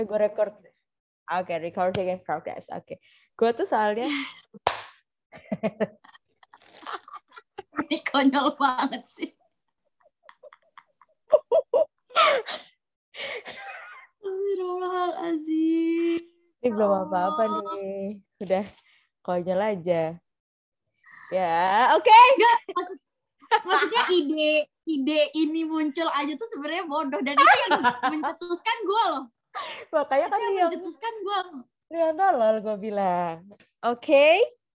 Gue record. Oke, recording in progress. Oke. Gue tuh soalnya Ini konyol banget sih. Astagfirullahaladzim. ini belum apa-apa nih. Udah konyol aja. Ya, oke. Enggak, maksudnya ide ini muncul aja tuh sebenarnya bodoh, dan itu yang mencetuskan gue loh. Makanya kan Itu yang mencetuskan gue. Lihat tolol gue bilang. Oke.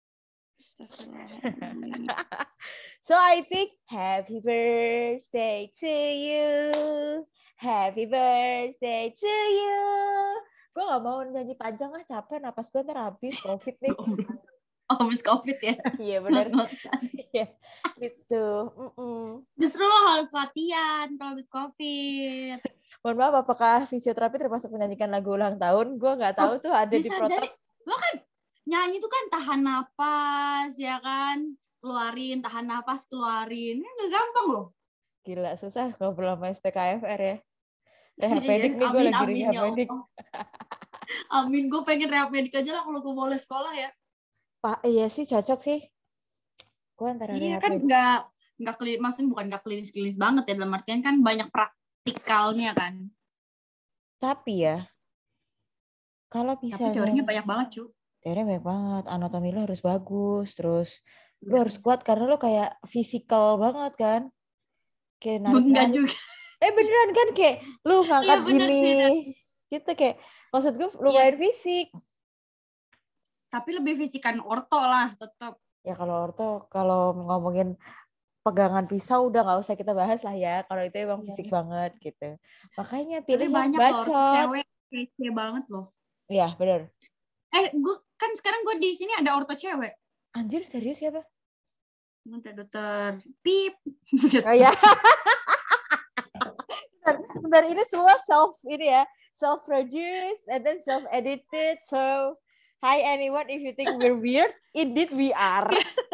So I think happy birthday to you. Happy birthday to you. Gue gak mau nyanyi panjang lah, capek napas gue ntar habis COVID nih. Habis COVID ya? Iya benar. Ngos-ngosan. Iya, gitu. Justru lo harus latihan kalau habis COVID. Mohon maaf, apakah fisioterapi termasuk menyanyikan lagu ulang tahun? Gue nggak tahu tuh ada di bisa protap. jadi. Lo kan nyanyi tuh kan tahan napas, ya kan? Keluarin, tahan napas, keluarin. Ini nggak gampang loh. Gila, susah ngobrol sama SPKFR ya. Rehapedik nih, gue lagi rehapedik. Amin, gue pengen rehapedik aja lah kalau gue boleh sekolah ya. Pak, iya sih cocok sih. Gue antara iya kan nggak klinis, maksudnya bukan nggak klinis banget ya, dalam artian kan banyak praktikalnya kan. Tapi ya, kalau misalnya teorinya banyak banget cu. Teorinya banyak banget, anatomi lo harus bagus, terus lo harus kuat karena lo kayak fisikal banget kan. Kayak Enggak juga. Beneran kan, kayak lo ngangkat gini. Bener. Gitu kayak, maksud gue lumayan fisik. Tapi lebih fisikan orto lah tetap. Ya kalau orto, kalau ngomongin pegangan pisau udah nggak usah kita bahas lah ya. Kalau itu emang fisik banget gitu. Makanya pilih yang bacot. Cewek kece banget loh. Iya bener. Gue kan sekarang gue di sini ada orto cewek. Anjir, serius siapa? Ada dokter Pip. Oh ya. Bentar, ini semua self-produced and then self-edited. So, hi anyone, if you think we're weird, indeed we are.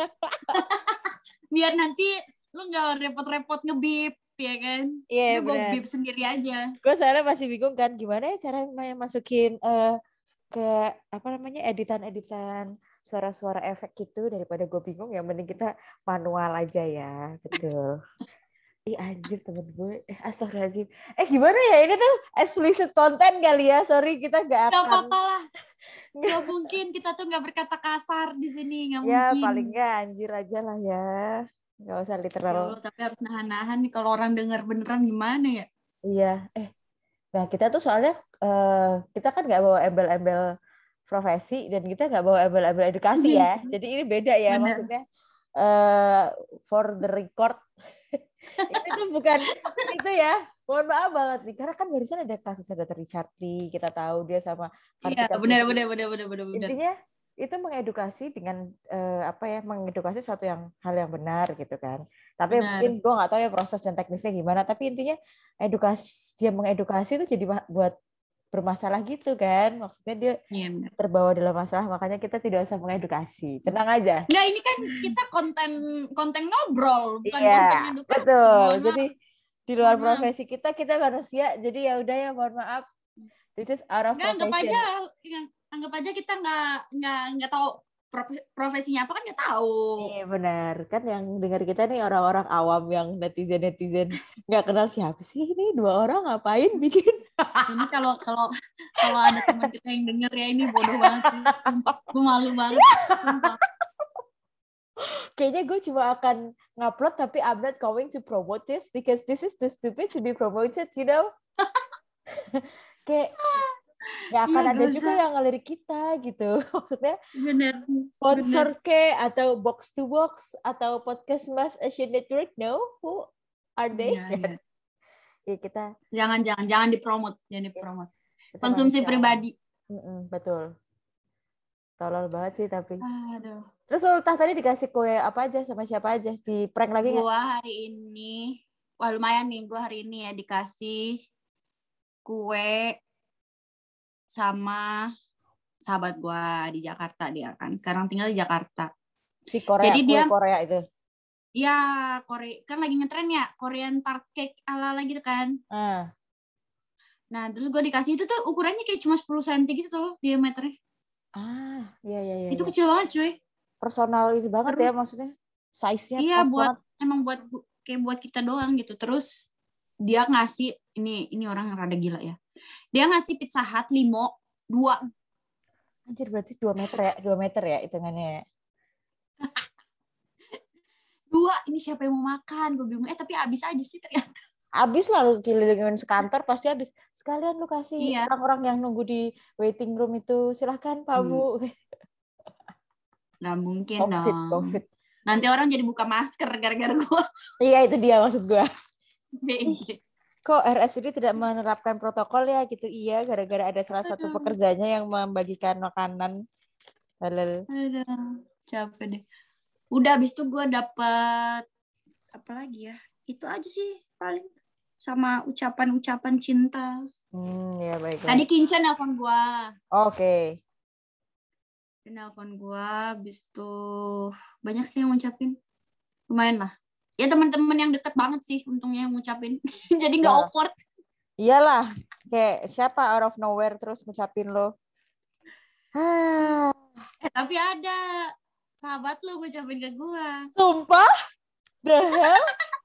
Biar nanti lu nggak repot-repot ngebip, ya kan? Iya, gue bip sendiri aja. Gue soalnya masih bingung kan, gimana ya cara masukin ke editan suara-suara efek gitu, daripada gue bingung, ya mending kita manual aja ya. Betul. Ih anjir, temen gue. Astagfirullahaladzim. Gimana ya, ini tuh explicit content kali ya. Sorry, kita gak akan. Gak apa-apa lah. Gak mungkin, kita tuh gak berkata kasar di sini. Gak mungkin. Ya paling gak anjir aja lah ya. Gak usah literal. Ya Allah, tapi harus nahan-nahan nih. Kalau orang denger beneran gimana ya? Iya. Nah kita tuh soalnya, kita kan gak bawa embel-embel profesi. Dan kita gak bawa embel-embel edukasi ya. Jadi ini beda ya. Bener. Maksudnya, for the record, ini tuh bukan itu ya, mohon maaf banget nih, karena kan barusan ada kasusnya Dr. Richard Lee, kita tahu dia sama Kartika Putri. Benar. Intinya itu mengedukasi dengan mengedukasi suatu hal yang benar gitu kan. Tapi mungkin gue nggak tahu ya proses dan teknisnya gimana, tapi intinya mengedukasi itu jadi buat bermasalah gitu kan, maksudnya dia terbawa dalam masalah, makanya kita tidak usah mengedukasi, tenang aja. Nggak, ini kan kita konten ngobrol, bukan konten edukasi. Betul, jadi di luar profesi kita manusia, jadi ya udah ya, mohon maaf, this is out of profession. Anggap aja kita nggak tahu profesinya apa, kan nggak tahu. Iya benar, kan yang dengar kita nih orang-orang awam yang netizen nggak kenal siapa sih ini dua orang ngapain bikin. Ini kalau ada teman kita yang denger ya, ini bodoh banget sih. Gue malu banget. Kayaknya gue cuma akan ngupload, tapi I'm not going to promote this because this is too stupid to be promoted, you know. Kayak nggak akan ada juga yang ngelirik kita gitu, maksudnya sponsor atau box to box atau podcast Mas Asian Network, no, who are they? Ya kita jangan dipromot, konsumsi pribadi. Betul, tolol banget sih tapi. Aduh. Terus Ultah tadi dikasih kue apa aja sama siapa aja, di prank lagi nggak? Gua hari ini, lumayan nih, gua hari ini ya dikasih kue sama sahabat gue di Jakarta, dia kan sekarang tinggal di Jakarta. Si Korea, jadi dia Korea itu. Ya, Korea kan lagi ngetren ya, Korean tart cake ala-ala gitu kan. Nah, terus gue dikasih itu tuh ukurannya kayak cuma 10 cm gitu loh diameternya. Iya. Itu kecil banget cuy. Personal ini banget ya Terus maksudnya. Size-nya iya pas banget. emang buat kayak buat kita doang gitu. Terus dia ngasih ini orang rada gila ya. Dia ngasih Pizza Hut limo 2. Anjir berarti 2 meter ya, 2 meter ya hitungannya. 2, ini siapa yang mau makan? Gue bingung. Tapi habis aja sih ternyata. Abis lah lu kelilingin sekantor pasti habis. Sekalian lu kasih Iya. orang-orang yang nunggu di waiting room itu, silahkan Pak Bu. Nggak mungkin COVID. dong. Nanti orang jadi buka masker gara-gara gue. Iya itu dia maksud gue. BG. Kok RS ini tidak menerapkan protokol ya gitu? Iya, gara-gara ada salah satu pekerjanya yang membagikan makanan. Halal. Aduh, capek deh. Udah abis itu gue dapet apa lagi ya? Itu aja sih paling. Sama ucapan-ucapan cinta. Ya baik. Tadi Kinca nelfon gue. Oke. Dia nelfon gue, abis itu banyak sih yang ngucapin. Lumayan lah. Ya teman-teman yang deket banget sih untungnya yang ngucapin. Jadi nggak awkward. Iyalah, kayak siapa out of nowhere terus ngucapin lo. Tapi ada sahabat lo ngucapin ke gue. Sumpah? The hell?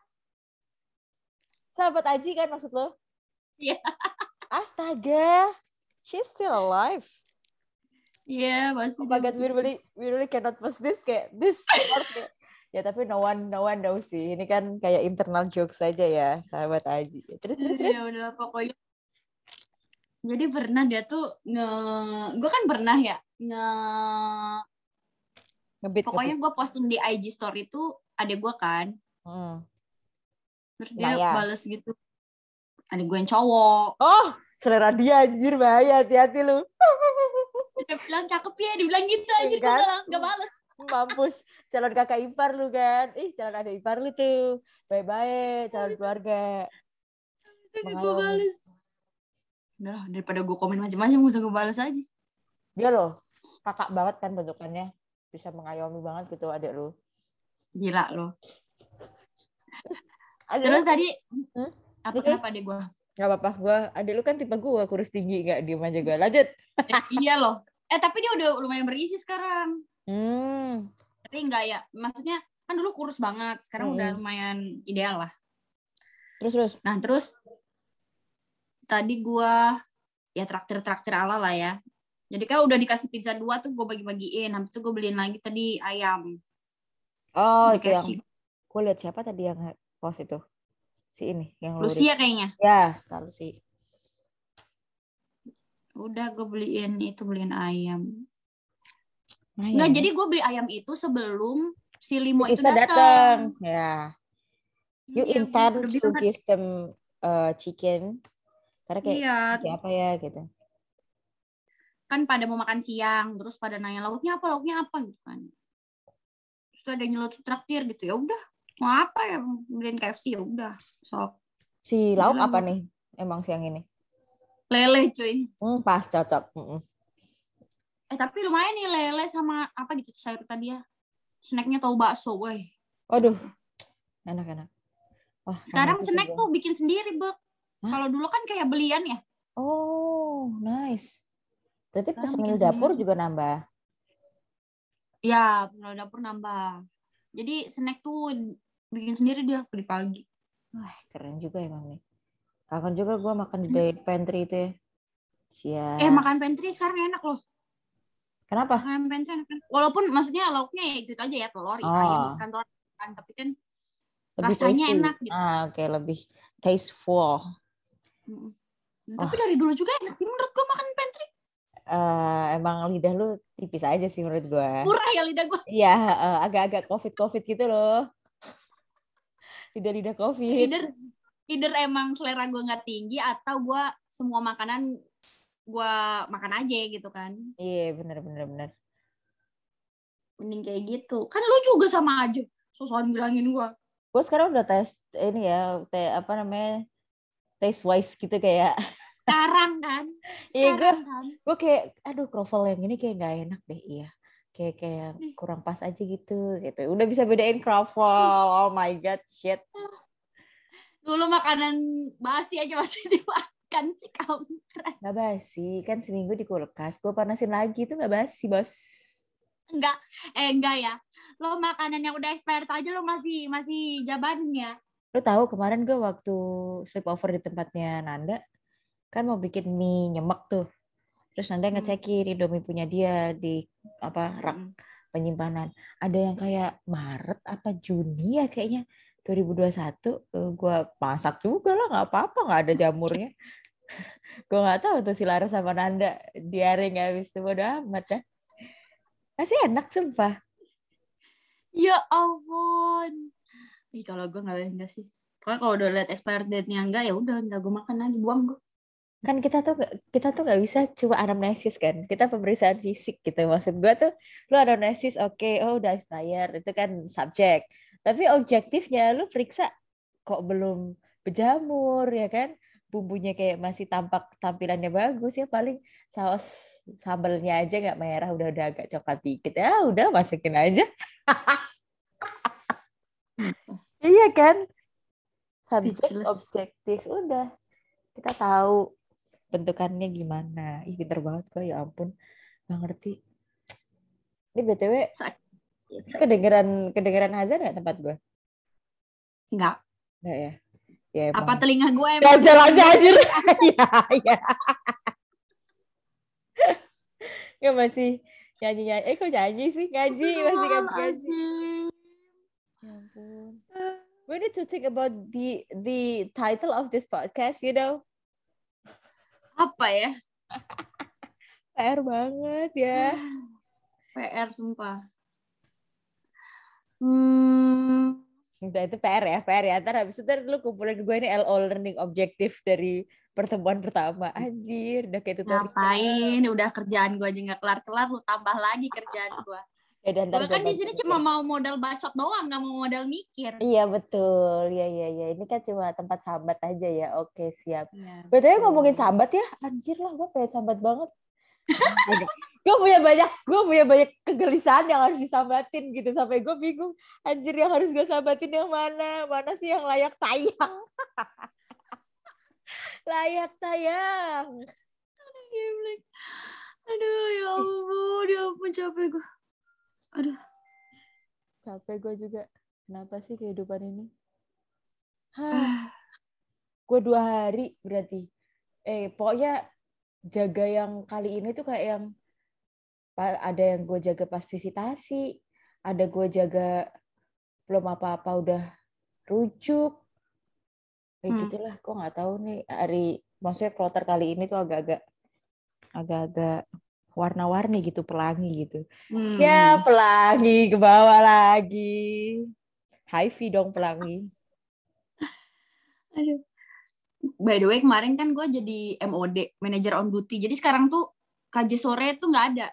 Sahabat Aji kan maksud lo? Iya. Astaga. She's still alive. Iya, pasti. Oh my God, we really cannot post this kayak this part kayak. Ya tapi no one knows sih. Ini kan kayak internal jokes saja ya, sahabat Aji. Terus. Ya udah pokoknya. Jadi pernah dia tuh gue kan pernah ya pokoknya gue posting di IG story itu adek gue kan. Terus dia bales gitu. Adek gue yang cowok. Oh, selera dia anjir, bahaya, hati-hati lu. Dia bilang cakep ya, dibilang gitu anjir, gue gak bales. Mampus, calon kakak ipar lu kan. Calon adik ipar lu tuh. Bye-bye, calon keluarga. Gue bales. Udah, daripada gue komen macam-macam, gue usah gue bales aja. Dia loh, kakak banget kan bentukannya. Bisa mengayomi banget gitu adik lu. Gila lo. Terus tadi, kenapa adik gue? Gak apa-apa, adik lu kan tipe gue, kurus tinggi, gak diem aja gue. Lanjut. Iya loh. Tapi dia udah lumayan berisi sekarang. Tapi enggak ya, maksudnya kan dulu kurus banget, sekarang udah lumayan ideal lah. Terus. Nah terus tadi gua ya traktir ala lah ya. Jadi kan udah dikasih pizza 2 tuh gue bagi-bagiin, habis itu gue beliin lagi tadi ayam. Oh itu yang gue lihat siapa tadi yang post itu, si ini yang Lucia kayaknya. Ya kalau si. Udah gue beliin ayam. Nggak, jadi gue beli ayam itu sebelum si Limo itu datang. Ya. You intend to give them chicken karena kayak apa ya gitu. Kan pada mau makan siang, terus pada nanya lauknya apa gitu kan. Terus ada nyelotot traktir gitu, ya udah mau apa ya, beliin KFC ya udah. Sok. Si lauk apa nih emang siang ini? Lele cuy. Pas cocok. Tapi lumayan nih lele sama apa gitu sayur tadi ya. Snacknya tahu bakso, woi. Waduh, enak. Wah, sekarang snack tuh bikin sendiri, Bek. Kalau dulu kan kayak belian ya. Oh, nice. Berarti personil dapur juga nambah. Ya, personil dapur nambah. Jadi snack tuh bikin sendiri dia pagi-pagi. Wah, keren juga emang nih. Kangen juga gue makan di pantry itu ya. Siap. Makan pantry sekarang enak loh. Kenapa? Makan pantry enak. Walaupun maksudnya lauknya ya gitu aja ya, telur, ayam, ikan, telur, ikan. Tapi kan lebih rasanya tasty. Enak gitu. Oke, lebih tasteful. Tapi dari dulu juga enak sih menurut gue makan pantry. Emang lidah lu tipis aja sih menurut gue. Murah ya lidah gue. Iya, agak-agak covid gitu loh. Lidah covid. Either emang selera gue nggak tinggi atau gue semua makanan gue makan aja gitu kan. Iya, benar. Mending kayak gitu. Kan lu juga sama aja. Sosokan bilangin gue. Gue sekarang udah tes ini ya, taste wise gitu kayak. Sekarang kan. Iya gue kayak, aduh kroffel yang ini kayak nggak enak deh, iya. Kayak kurang pas aja gitu. Udah bisa bedain kroffel. Oh my god, shit. Dulu makanan basi aja masih dimakan. kan sih kampret. Nggak basi, kan seminggu di kulkas. Gue panasin lagi, itu nggak basi, bos. Enggak ya. Lo makanan yang udah expired aja lo masih jabanin ya. Lo tahu kemarin gue waktu sleepover di tempatnya Nanda, kan mau bikin mie nyemek tuh. Terus Nanda ngecekin Indomie punya dia di rak penyimpanan. Ada yang kayak Maret apa Juni ya kayaknya 2021. Gue masak juga lah, nggak apa-apa, nggak ada jamurnya. Gue nggak tahu tuh si Lara sama Nanda diare nggak habis itu, bodo amat dah. Masih enak sumpah. Ya ampun. Ih, kalau gue enggak sih. Pokoknya kalau udah lihat expired date-nya enggak, ya udah enggak gue makan lagi, buang gue. Kan kita tuh nggak bisa cuma anamnesis kan. Kita pemeriksaan fisik gitu. Maksud gue tuh lu anamnesis oke, oh udah expired, itu kan subjek. Tapi objektifnya lu periksa kok belum berjamur ya kan. Bumbunya kayak masih tampilannya bagus ya, paling saus sambalnya aja nggak merah, udah agak coklat dikit ya udah masukin aja. Iya kan, subjek Speechless. objektif udah kita tahu bentukannya gimana. Ih, pinter banget kok, ya ampun. Gak ngerti. Ini BTW, kedengeran azan nggak tempat gue? Enggak. Nggak ya? Ya Apa emang. telinga gue emang Gajal aja anjir. Iya, iya. Nggak masih nyanyi. Kok nyanyi sih? Ngaji, masih ngaji. Ya ampun. We need to think about the title of this podcast, you know. Apa ya? PR banget ya. PR sumpah. Udah itu PR ya. Ntar habis itu lu kumpulin gue ini LO learning objektif dari pertemuan pertama. Anjir, udah kayak tutorial. Ngapain? Udah kerjaan gue aja nggak kelar-kelar, lu tambah lagi kerjaan gue. Ya, Gue kan di sini cuma mau modal bacot doang, nggak mau modal mikir. Iya betul, iya. Ini kan cuma tempat sambat aja ya. Oke siap. Ya, Betul ngomongin sambat ya, anjir lah gue pengen sambat banget. gue punya banyak kegelisahan yang harus disambatin gitu sampai gue bingung. Anjir, yang harus gue sambatin yang mana sih yang layak tayang? Layak tayang. Aduh ya ampun capek gue. Aduh. Capek gue juga. Kenapa sih kehidupan ini? Gue 2 hari berarti. Pokoknya jaga yang kali ini tuh kayak yang ada yang gue jaga pas visitasi, ada gue jaga belum apa-apa udah rujuk. Gitulah, gue nggak tahu nih maksudnya kloter kali ini tuh agak-agak warna-warni gitu, pelangi gitu. Ya, pelangi ke bawah lagi. Hi-fi dong pelangi. Aduh. By the way, kemarin kan gue jadi MOD, manager on duty. Jadi sekarang tuh KJ sore tuh nggak ada.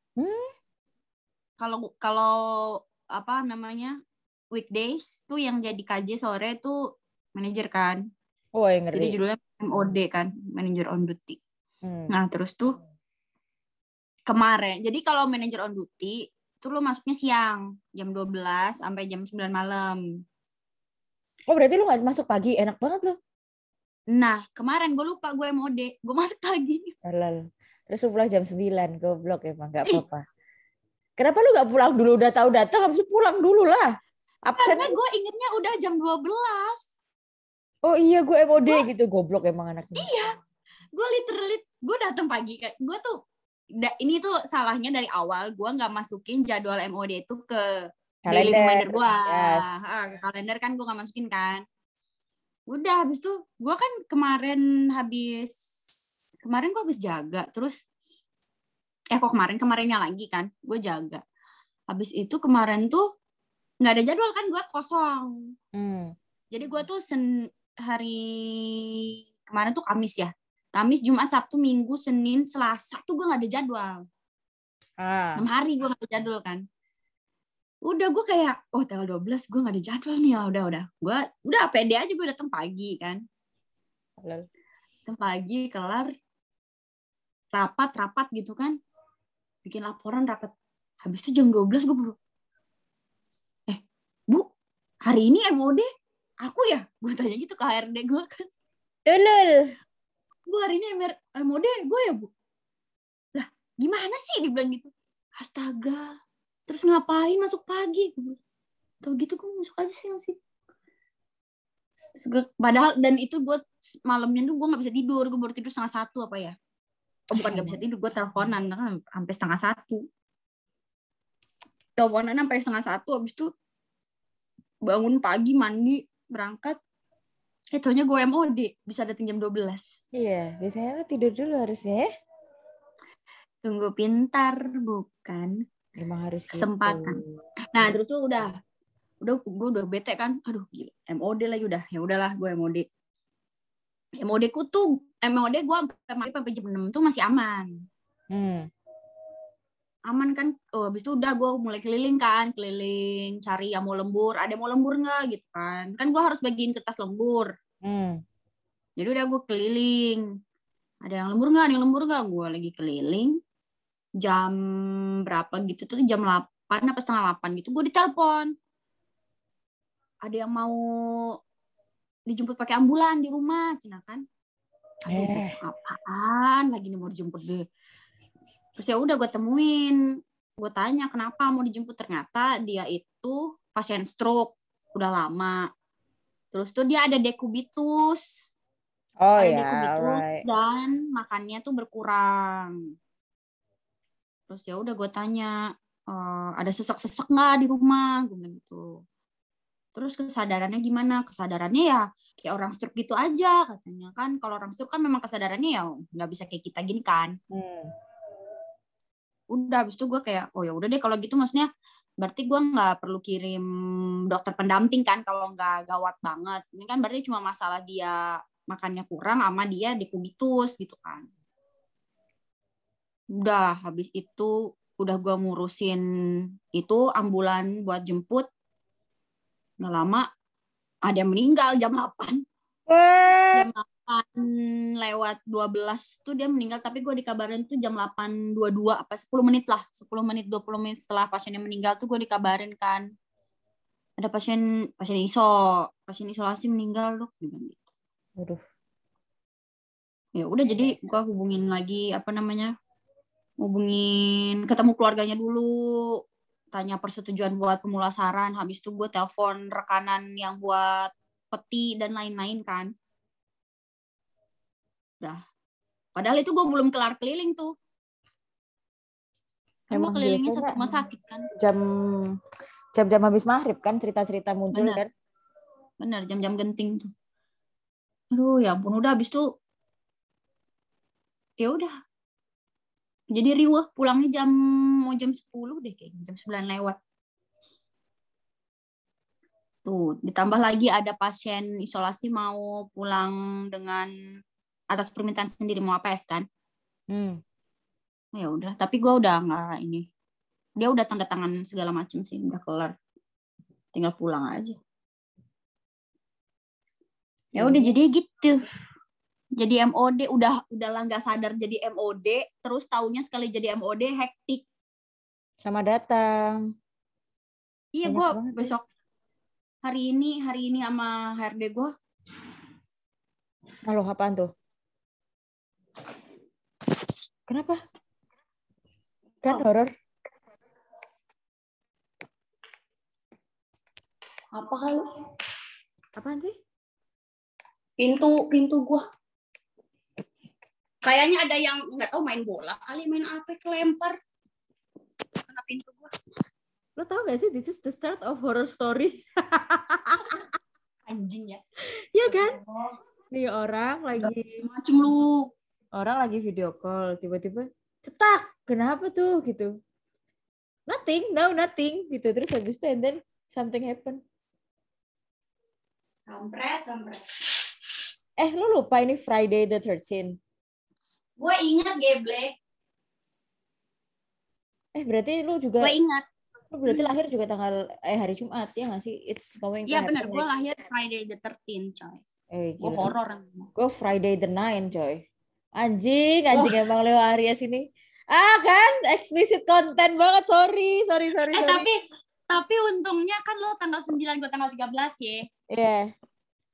Kalau apa namanya weekdays tuh yang jadi KJ sore tuh manajer kan. Oh, yang ngeri. Jadi judulnya MOD kan, manager on duty. Nah terus tuh kemarin, jadi kalau manager on duty tuh lo masuknya siang, jam 12 sampai jam 9 malam. Oh, berarti lu nggak masuk pagi, enak banget lo. Nah, kemarin gue lupa gue MOD, gue masuk pagi. Terus lu pulang jam 9, goblok emang, nggak apa-apa. Kenapa lu nggak pulang dulu, udah tahu datang, habis itu pulang dulu lah. Absen. Karena gue ingetnya udah jam 12. Oh iya, gue MOD gitu, goblok emang anaknya. Iya, gue literally, gue datang pagi. Gue tuh, ini tuh salahnya dari awal, gue nggak masukin jadwal MOD itu ke daily reminder gue. Yes. Ke kalender kan gue nggak masukin kan. Udah, habis itu gue kan kemarin gue habis jaga. Terus, kok kemarinnya lagi kan, gue jaga. Habis itu kemarin tuh nggak ada jadwal kan, gue kosong. Jadi gue tuh hari kemarin tuh Kamis ya. Kamis, Jumat, Sabtu, Minggu, Senin, Selasa tuh gue gak ada jadwal. 6 hari gue gak ada jadwal kan. Udah gue kayak, tanggal 12 gue gak ada jadwal nih. Udah. Gue udah pede aja, gue datang pagi kan. Datang pagi, kelar. Rapat gitu kan. Bikin laporan rapat. Habis itu jam 12 gue baru. Bu, hari ini MOD? Aku ya? Gue tanya gitu ke HRD gue kan. Bu hari ini MOD gue ya Bu. Lah gimana sih dibilang gitu. Astaga. Terus ngapain masuk pagi? Tau gitu gue masuk aja sih. Padahal dan itu gue malamnya tuh gue nggak bisa tidur. Gue baru tidur 1:30 apa ya. Oh bukan nggak bisa tidur. Gue teleponan sampai 1:30. Teleponan sampai 1:30. Habis itu bangun pagi mandi berangkat. Taunya gue MOD. Bisa datang jam 12. Iya, biasanya tidur dulu harusnya ya. Tunggu pintar bukan. Emang harus kesempatan. Gitu. Nah terus tuh gue udah bete kan. Aduh gila, MOD lagi udah. Ya udahlah gue MOD. MOD gue sampai jam 6 tuh masih aman. Aman kan. Habis itu udah gue mulai keliling cari yang mau lembur. Ada mau lembur nggak gitu kan. Kan gue harus bagiin kertas lembur. Jadi udah gue keliling. Ada yang lembur nggak? Gue lagi keliling. Jam berapa gitu tuh, jam 8 apa setengah 8 gitu, gue ditelepon. Ada yang mau dijemput pakai ambulan di rumah, Cina kan. Aduh, apaan lagi nih mau dijemput deh. Terus ya udah gue temuin, gue tanya kenapa mau dijemput. Ternyata dia itu pasien stroke, udah lama. Terus tuh dia ada dekubitus. Dekubitus right. Dan makannya tuh berkurang. Terus ya udah gue tanya, ada sesek-sesek nggak di rumah? Gue bilang gitu. Terus kesadarannya gimana? Kesadarannya ya kayak orang stroke gitu aja katanya kan. Kalau orang stroke kan memang kesadarannya ya nggak bisa kayak kita gini kan. Udah habis itu gue kayak oh ya udah deh kalau gitu, maksudnya berarti gue nggak perlu kirim dokter pendamping kan kalau nggak gawat banget. Ini kan berarti cuma masalah dia makannya kurang sama dia dekubitus gitu kan. Udah habis itu udah gue ngurusin itu ambulan buat jemput, nggak lama ada yang meninggal jam 8. Jam 8 lewat 12 tuh dia meninggal, tapi gue dikabarin tuh jam 8:22 apa 10 menit lah, 10 menit 20 menit setelah pasiennya meninggal tuh gue dikabarin kan ada pasien isolasi meninggal dok gitu. Waduh. Ya udah jadi gue hubungin lagi ketemu keluarganya dulu, tanya persetujuan buat pemulasaran. Habis itu gue telepon rekanan yang buat peti dan lain-lain kan. Udah. Padahal itu gue belum kelar keliling tuh. Kan gue kelilingnya satu rumah sakit kan. Jam-jam habis maghrib kan cerita-cerita muncul. Bener. Kan. Bener, jam-jam genting tuh. Aduh ya ampun, udah habis tuh. Ya udah. Jadi riweh pulangnya mau jam 10 deh kayaknya, jam 9 lewat. Tuh, ditambah lagi ada pasien isolasi mau pulang dengan atas permintaan sendiri mau APS kan. Ya udah, tapi gue udah nggak ini. Dia udah tanda tangan segala macam sih, udah kelar. Tinggal pulang aja. Ya udah jadi gitu. Jadi MOD udah lah nggak sadar jadi MOD, terus taunya sekali jadi MOD hektik. Selamat datang. Iya gue besok hari ini sama HRD gue. Halo, apaan tuh? Kenapa? Kan horor. Apa kali? Apaan sih? Pintu gue. Kayaknya ada yang nggak tahu main bola kali, main apa kelempar kena pintu gue. Lo tau gak sih this is the start of horror story? Anjing ya. Iya kan? Nih orang lagi macem lu. Orang lagi video call tiba-tiba cetak. Kenapa tuh gitu? Nothing gitu. Terus habis itu and then something happen. Kampret. Lo lupa ini Friday the 13th. Gue ingat geblek. Berarti lu juga. Gue ingat. Lu berarti lahir juga tanggal hari Jumat ya nggak sih? It's going to happen. Iya benar, gue lahir Friday the 13th coy. Gue horor. Gue Friday the 9th coy. Anjing emang Leo Aries ini. Kan explicit content banget, sorry. Tapi untungnya kan lo tanggal 9, gue tanggal 13 ya. Iya.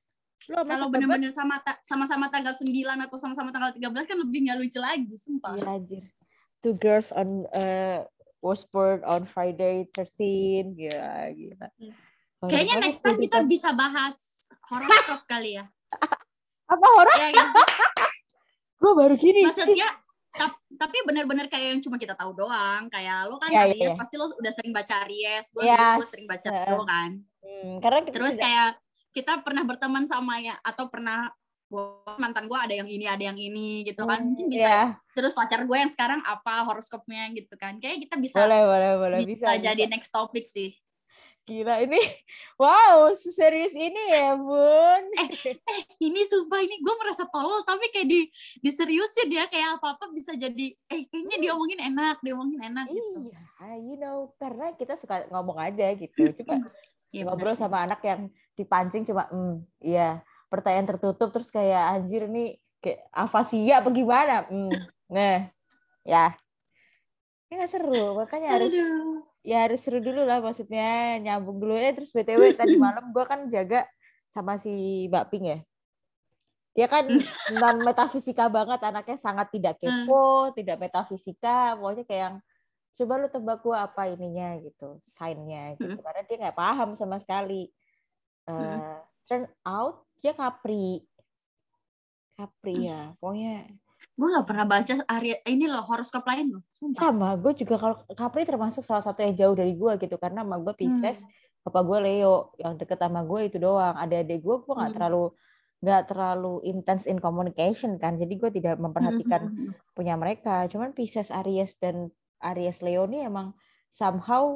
Kalau bener-bener sama-sama tanggal 9 atau sama-sama tanggal 13 kan lebih nggak lucu lagi, sumpah. Iya anjir. Two girls on was born on Friday 13. Gila. Kayaknya next time kita bisa bahas horoskop kali ya. Apa horor? Iya guys. Gue baru gini. Maksudnya tapi benar-benar kayak yang cuma kita tahu doang. Kayak lo kan Aries, pasti lo udah sering baca Aries. Gue sering baca Leo kan. Karena terus kayak kita pernah berteman sama ya, atau pernah mantan gue ada yang ini gitu kan. Mungkin bisa. Terus pacar gue yang sekarang apa horoskopnya gitu kan. Kayak kita bisa bisa jadi next topic sih. Gila ini, wow, serius ini ya Bun. Ini sumpah ini gue merasa tolol tapi kayak diseriusin ya, kayak apa-apa bisa jadi, kayaknya dia omongin enak gitu. Iya, karena kita suka ngomong aja gitu, coba ngobrol sama anak yang dipancing cuma, iya, pertanyaan tertutup terus kayak anjir nih kayak afasia apa gimana, nah, ya, ini nggak seru, makanya harus seru dulu lah, maksudnya nyambung dulu. Terus BTW tadi malam gue kan jaga sama si Mbak Pink ya. Dia kan non metafisika banget, anaknya sangat tidak kepo, tidak metafisika, pokoknya kayak yang coba lu tebak gue apa ininya gitu, sign-nya gitu. Karena dia nggak paham sama sekali. Turn out dia Capri ya, pokoknya. Gue gak pernah baca ini loh horoskop lain loh. Sumpah. Sama, gue juga kalau Capri termasuk salah satu yang jauh dari gue gitu, karena sama gue Pisces, bapak gue Leo, yang deket sama gue itu doang. Adik-adik gue nggak terlalu intense in communication kan, jadi gue tidak memperhatikan punya mereka. Cuman Pisces, Aries dan Aries Leo ini emang somehow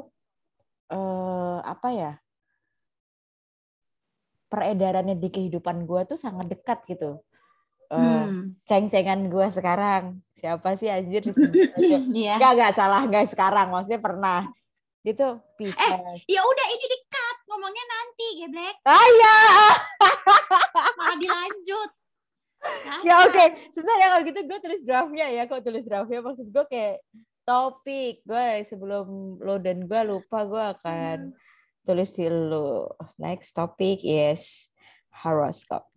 peredarannya di kehidupan gue tuh sangat dekat gitu. Ceng-cengan gue sekarang siapa sih anjir nggak salah, nggak sekarang, maksudnya pernah gitu Pisces. Ya udah ini di-cut, ngomongnya nanti geblek. Ya malah dilanjut. Ya oke. Sebenarnya kalau gitu gue tulis draftnya, maksud gue kayak topik gue sebelum lo dan gue lupa, gue akan tulis di lo. Next topic is horoscope.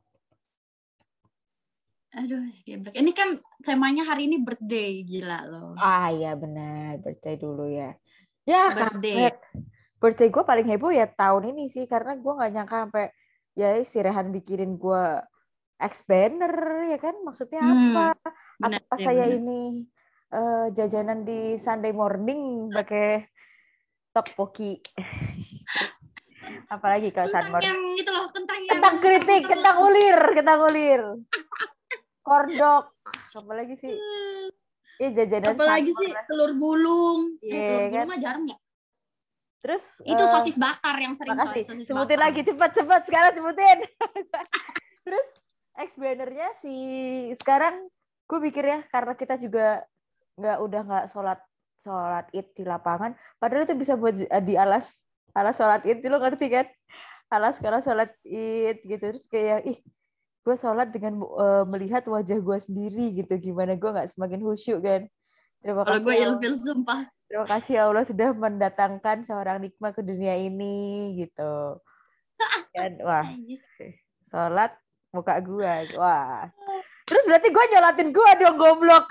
Aduh, geblek. Ini kan temanya hari ini birthday, gila loh. Iya benar, birthday dulu ya. Ya birthday gue paling heboh ya tahun ini sih, karena gue nggak nyangka sampai ya si Rehan bikinin gue X-banner ya kan, maksudnya apa saya ini jajanan di Sunday morning pakai tteokbokki. Apalagi kalau Sunday morning gitu loh, kentang kritik, kentang ulir. Kordok, apalagi sih? Jajanan. Apalagi sih telur gulung. Telur gulung mah jarang ya. Terus itu sosis bakar yang sering. Sosis sebutin bakar. Lagi cepat sekarang sebutin. Terus X-bannernya sekarang gue pikir ya, karena kita juga nggak sholat Id di lapangan, padahal itu bisa buat di alas sholat Id, lo ngerti kan? Alas kalau sholat Id gitu, terus kayak gue sholat dengan melihat wajah gue sendiri gitu, gimana gue nggak semakin khusyuk kan. Terima kasih. Kalau gue ilfil sumpah. Terima kasih Allah sudah mendatangkan seorang nikmat ke dunia ini gitu. Dan wah, sholat muka gue, wah. Terus berarti gue nyolatin gue dong, goblok.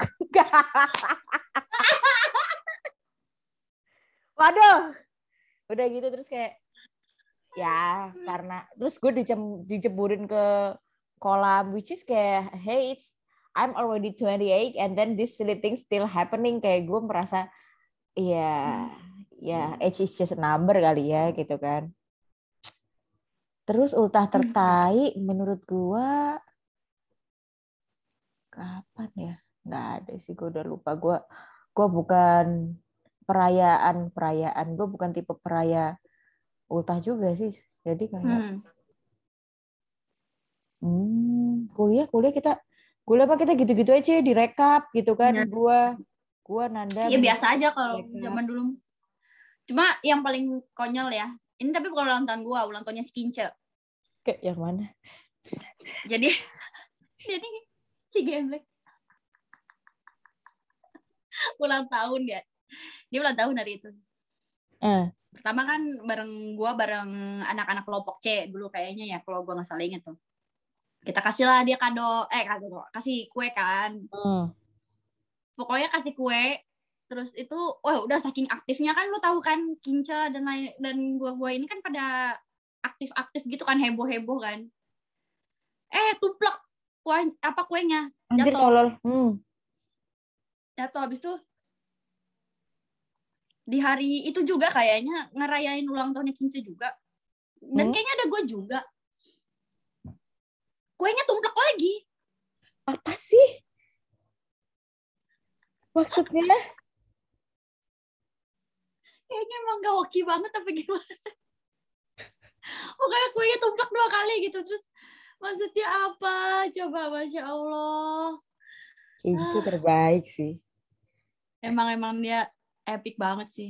Waduh, udah gitu terus kayak ya karena terus gue diceburin ke kolam, which is kayak, hey, I'm already 28 and then this silly thing still happening. Kayak gue merasa, ya, age is just a number kali ya, gitu kan. Terus ultah tertai, menurut gue, kapan ya? Nggak ada sih, gue udah lupa. Gue bukan perayaan, gue bukan tipe peraya ultah juga sih. Jadi kayak, kuliah kita gitu-gitu aja direkap gitu kan. Gua Nanda ya biasa aja kalau zaman dulu. Cuma yang paling konyol ya, ini tapi bukan ulang tahun gua, ulang tahunnya si Kince. Kayak yang mana? Jadi si Gemblek ulang tahun ya, dia ulang tahun hari itu. Pertama kan bareng anak-anak kelompok C dulu kayaknya ya, kalau gua nggak salah inget tuh. Kita kasihlah dia kasih kue kan. Pokoknya kasih kue. Terus itu, udah saking aktifnya kan, lu tahu kan, Kinca dan gua ini kan pada aktif-aktif gitu kan, heboh-heboh kan. Tumplek kuenya. Anjir tolol. Jatuh habis tuh. Di hari itu juga kayaknya ngerayain ulang tahunnya Kinca juga. Dan kayaknya ada gue juga. Kuenya tumplek lagi. Apa sih? Maksudnya? Kayaknya emang gak hoki banget tapi gimana. Pokoknya kuenya tumplek 2 kali gitu. Terus maksudnya apa? Coba, Masya Allah. Kinca terbaik sih. Emang dia epic banget sih.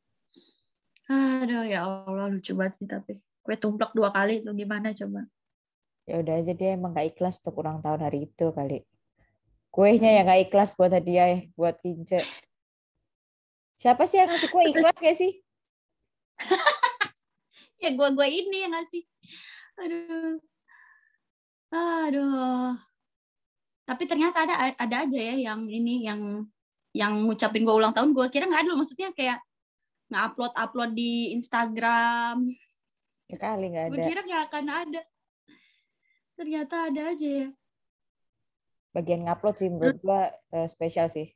Aduh ya Allah, lucu banget sih tapi. Kue tumplek 2 kali itu gimana coba? Ya udah aja, dia emang gak ikhlas untuk ulang tahun hari itu kali. Kuenya yang gak ikhlas buat hadiah buat Kinca. Siapa sih yang ngasih kue ikhlas gak sih? Ya gue ini yang ngasih. Aduh. Tapi ternyata ada aja ya yang ini yang ngucapin gue ulang tahun. Gue kira nggak ada loh, maksudnya kayak nge-upload di Instagram. Ya kali nggak ada. Gue kira nggak akan ada. Ternyata ada aja ya. Bagian ngupload sih menurut gue spesial sih.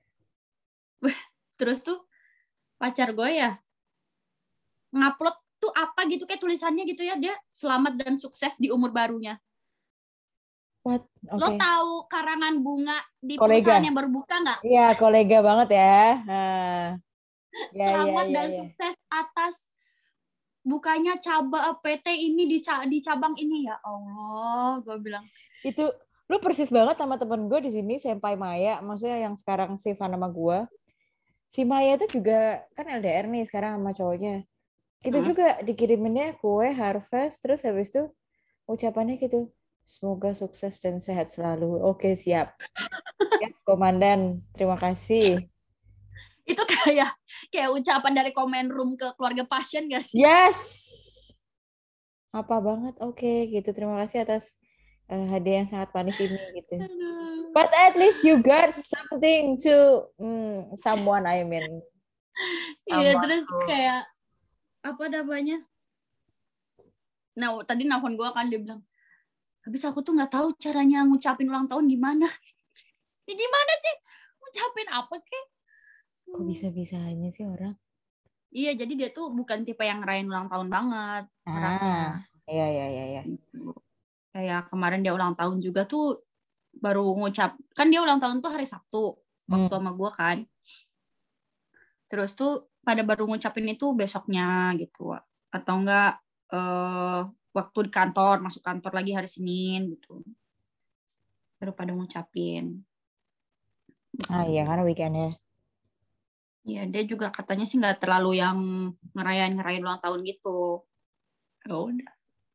Terus tuh pacar gue ya ngupload tuh apa gitu kayak tulisannya gitu ya, dia selamat dan sukses di umur barunya. What? Okay. Lo tahu karangan bunga di kolega. Perusahaan yang baru buka nggak? Iya, kolega banget ya. Selamat dan sukses atas bukanya cabang PT ini di cabang ini, ya Allah, gue bilang. Itu lu persis banget sama temen gue di sini, Senpai Maya, maksudnya yang sekarang Sivan sama gue. Si Maya itu juga kan LDR nih sekarang sama cowoknya. Itu juga dikiriminnya kue harvest, terus habis itu ucapannya gitu, semoga sukses dan sehat selalu. Oke, siap. Ya, Komandan, terima kasih. Itu kayak ucapan dari comment room ke keluarga pasien gak sih? Yes. Apa banget? Oke, gitu. Terima kasih atas hadiah yang sangat manis ini gitu. But at least you got something to someone, I mean. Iya, terus kayak apa namanya? Nah, tadi nelfon gue kan, dia bilang, habis aku tuh nggak tahu caranya ngucapin ulang tahun gimana. Ya gimana sih? Ngucapin apa kek? Kok bisa-bisanya sih orang? Iya, jadi dia tuh bukan tipe yang ngerayain ulang tahun banget orangnya. Iya. Kayak kemarin dia ulang tahun juga tuh baru ngucap, kan dia ulang tahun tuh hari Sabtu waktu sama gue kan. Terus tuh pada baru ngucapin itu besoknya gitu, atau enggak waktu di kantor, masuk kantor lagi hari Senin gitu, baru pada ngucapin. Iya, karena weekendnya. Iya, dia juga katanya sih nggak terlalu yang ngerayain ulang tahun gitu. Ya udah,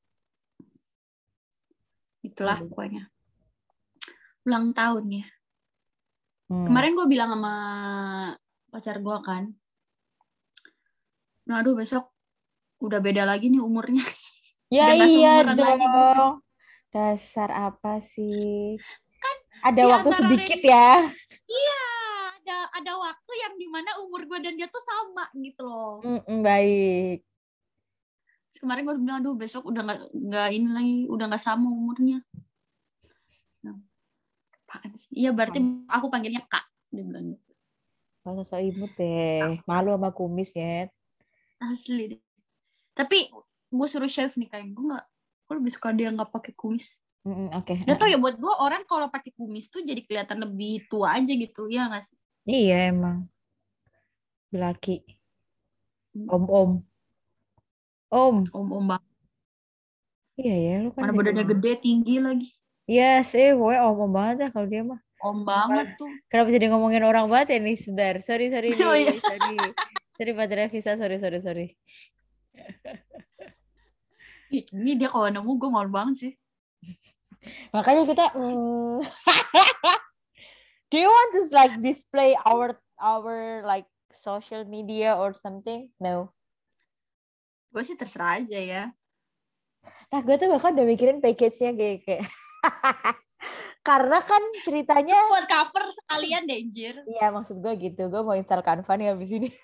itulah pokoknya ulang tahun ya. Kemarin gue bilang sama pacar gue kan, nah aduh besok udah beda lagi nih umurnya. Ya iya dong. Lagi. Dasar apa sih? Kan ada waktu sedikit ya. Iya, ada waktu yang dimana umur gue dan dia tuh sama gitu loh. Baik. Kemarin gue bilang, aduh besok udah nggak ini lagi, udah nggak sama umurnya. Iya, berarti aku panggilnya Kak, dia bilang gitu. Gak usah so imut deh, malu sama kumis ya. Asli deh. Tapi gue suruh shave nih, kayak gue lebih suka dia nggak pakai kumis. Oke. Gak tau ya, buat gue orang kalau pakai kumis tuh jadi kelihatan lebih tua aja gitu, ya nggak sih? Iya emang. Laki. Om banget. Iya ya, lu kan mana badannya gede, tinggi lagi. Yes, pokoknya om banget lah kalau dia mah. Om banget tuh. Kenapa jadi ngomongin orang banget ya nih? Sebentar, sorry nih. Oh, iya. Sorry Pak Revisa, sorry. Ini dia kalau nemu gue malu banget sih. Makanya kita do you want to like display our like social media or something? No. Gue sih terserah aja ya. Nah, gue tuh bahkan udah mikirin package-nya kayak karena kan ceritanya buat cover sekalian deh, anjir. iya, maksud gue gitu. Gue mau install Canva nih habis ini.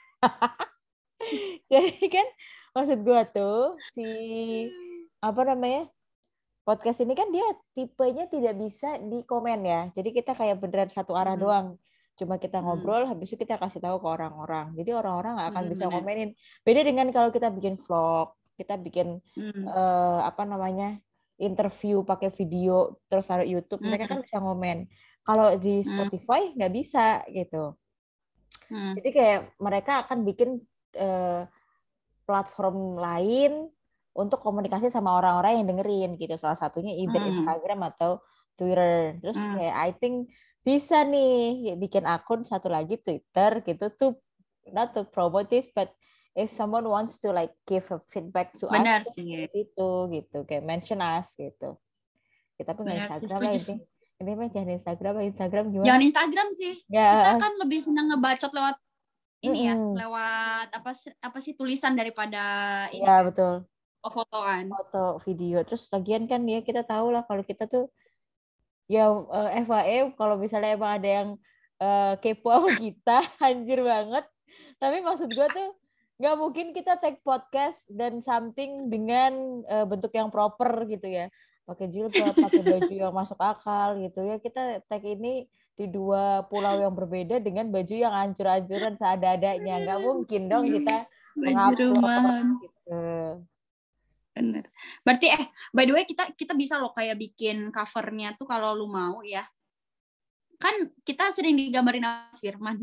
Jadi kan maksud gue tuh si apa namanya? Podcast ini kan dia tipenya tidak bisa di komen ya. Jadi kita kayak beneran satu arah doang. Cuma kita ngobrol, habis itu kita kasih tahu ke orang-orang. Jadi orang-orang nggak akan bisa Bener. komenin. Beda dengan kalau kita bikin vlog, kita bikin apa namanya interview pakai video terus taruh YouTube, mereka kan bisa ngomen. Kalau di Spotify nggak bisa gitu. Jadi kayak mereka akan bikin platform lain untuk komunikasi sama orang-orang yang dengerin gitu. Salah satunya either Instagram atau Twitter. Terus kayak I think bisa nih bikin akun satu lagi Twitter gitu tuh, not to promote this, but if someone wants to like give a feedback to Benar us sih. itu gitu, kayak mention us gitu. Kita pun nggak Instagram lah ini. Ini mah jangan Instagram gimana? Jangan Instagram sih. Ya. Kita kan lebih senang ngebacot lewat ini ya, lewat apa sih tulisan daripada ini. Ya, betul. Fotoan. Foto, video. Terus lagian kan ya kita tahu lah kalau kita tuh ya FYI kalau misalnya emang ada yang kepo sama kita, anjir banget. Tapi maksud gue tuh nggak mungkin kita take podcast dan something dengan bentuk yang proper gitu ya. Pakai jilbab, pakai baju yang masuk akal gitu ya. Kita take ini di dua pulau yang berbeda dengan baju yang hancur-hancuran seada-adanya. Nggak mungkin dong kita mengupload gitu. Bener. Berarti by the way kita bisa loh kayak bikin covernya tuh kalau lu mau ya. Kan kita sering digambarin Mas Firman.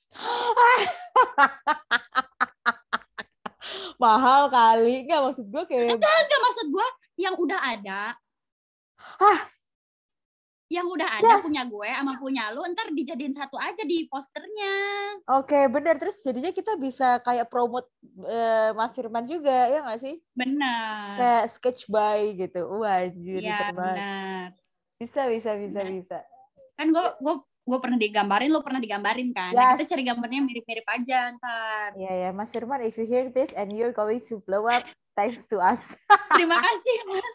Mahal kali. Nggak, maksud gue kayak enggak maksud gue yang udah ada. Yang udah ada punya gue sama punya lu, ntar dijadiin satu aja di posternya. Oke, bener. Terus jadinya kita bisa kayak promote Mas Firman juga, ya nggak sih? Benar. Kayak sketch by gitu. Anjir, ya, benar. Bisa. Kan gue pernah digambarin, lu pernah digambarin kan? Yes. Nah, kita cari gambarnya mirip-mirip aja ntar. Iya, Mas Firman, if you hear this and you're going to blow up, thanks to us. Terima kasih, Mas.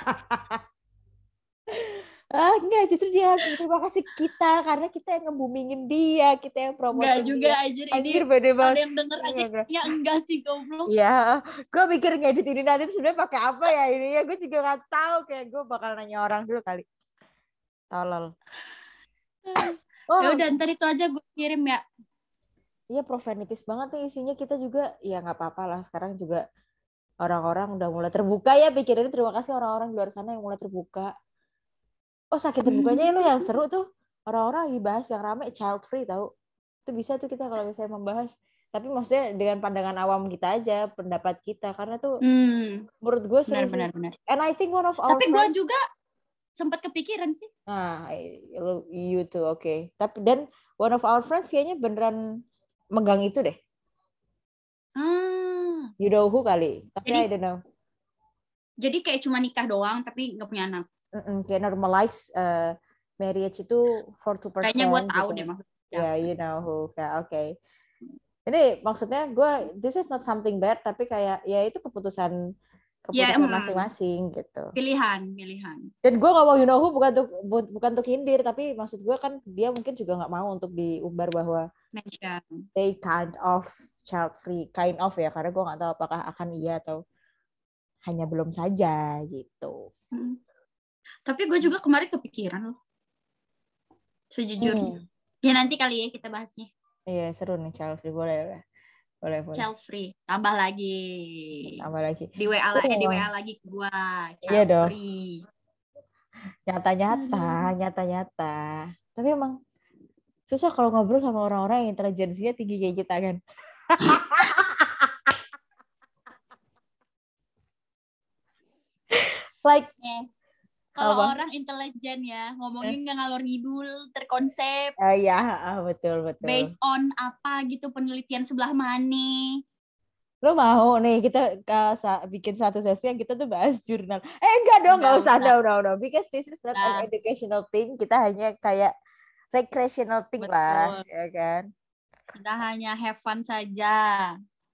Enggak, justru dia harus terima kasih kita karena kita yang nge-boomingin dia, kita yang promotin dia. Enggak juga, anjir beda banget. Ada yang denger aja, ya enggak sih goblok. Iya, gue mikir ngedit ini nanti tuh sebenarnya pakai apa ya ini ya, gue juga nggak tahu, kayak gue bakal nanya orang dulu kali. Tolol. Ya udah, ntar itu aja gue kirim ya. Iya, profanitis banget nih isinya, kita juga ya nggak apa-apa lah, sekarang juga orang-orang udah mulai terbuka ya pikirannya. Terima kasih orang-orang di luar sana yang mulai terbuka. Oh, sakit terbukanya lo yang seru tuh. Orang-orang lagi bahas yang rame child free tahu. Itu bisa tuh kita kalau misalnya membahas. Tapi maksudnya dengan pandangan awam kita aja, pendapat kita. Karena tuh menurut gue seru sih. Benar. And I think one of our Tapi gue juga sempat kepikiran sih. Nah, you too, oke. Tapi dan one of our friends kayaknya beneran megang itu deh. You know who kali. Tapi I don't know. Jadi kayak cuma nikah doang tapi nggak punya anak. Kayak normalize marriage itu 42%. Kayaknya gue tahu gitu. deh maksudnya. Yeah, you know who. Oke. Ini maksudnya gue, this is not something bad, tapi kayak ya itu keputusan masing-masing gitu. Pilihan. Dan gue nggak mau you know who bukan untuk hindir, tapi maksud gue kan dia mungkin juga nggak mau untuk diumbar bahwa they kind of child free, kind of ya, karena gue nggak tahu apakah akan iya atau hanya belum saja gitu. Tapi gue juga kemarin kepikiran loh. Sejujurnya. Ya nanti kali ya kita bahasnya. Iya, seru nih child free, boleh. Child free, tambah lagi. Di WA lagi ke gue. Child free. Nyata. Tapi emang susah kalau ngobrol sama orang-orang yang intelijensinya tinggi kayak kita kan. Like kalau orang intelijen ya, ngomongin nggak ngalor ngidul, terkonsep. Iya, betul. Based on apa gitu, penelitian sebelah mana. Lo mau nih kita bikin satu sesi yang kita tuh bahas jurnal. Enggak dong, nggak usah. No. Because this is not an educational thing. Kita hanya kayak recreational thing lah, ya kan? Kita hanya have fun saja.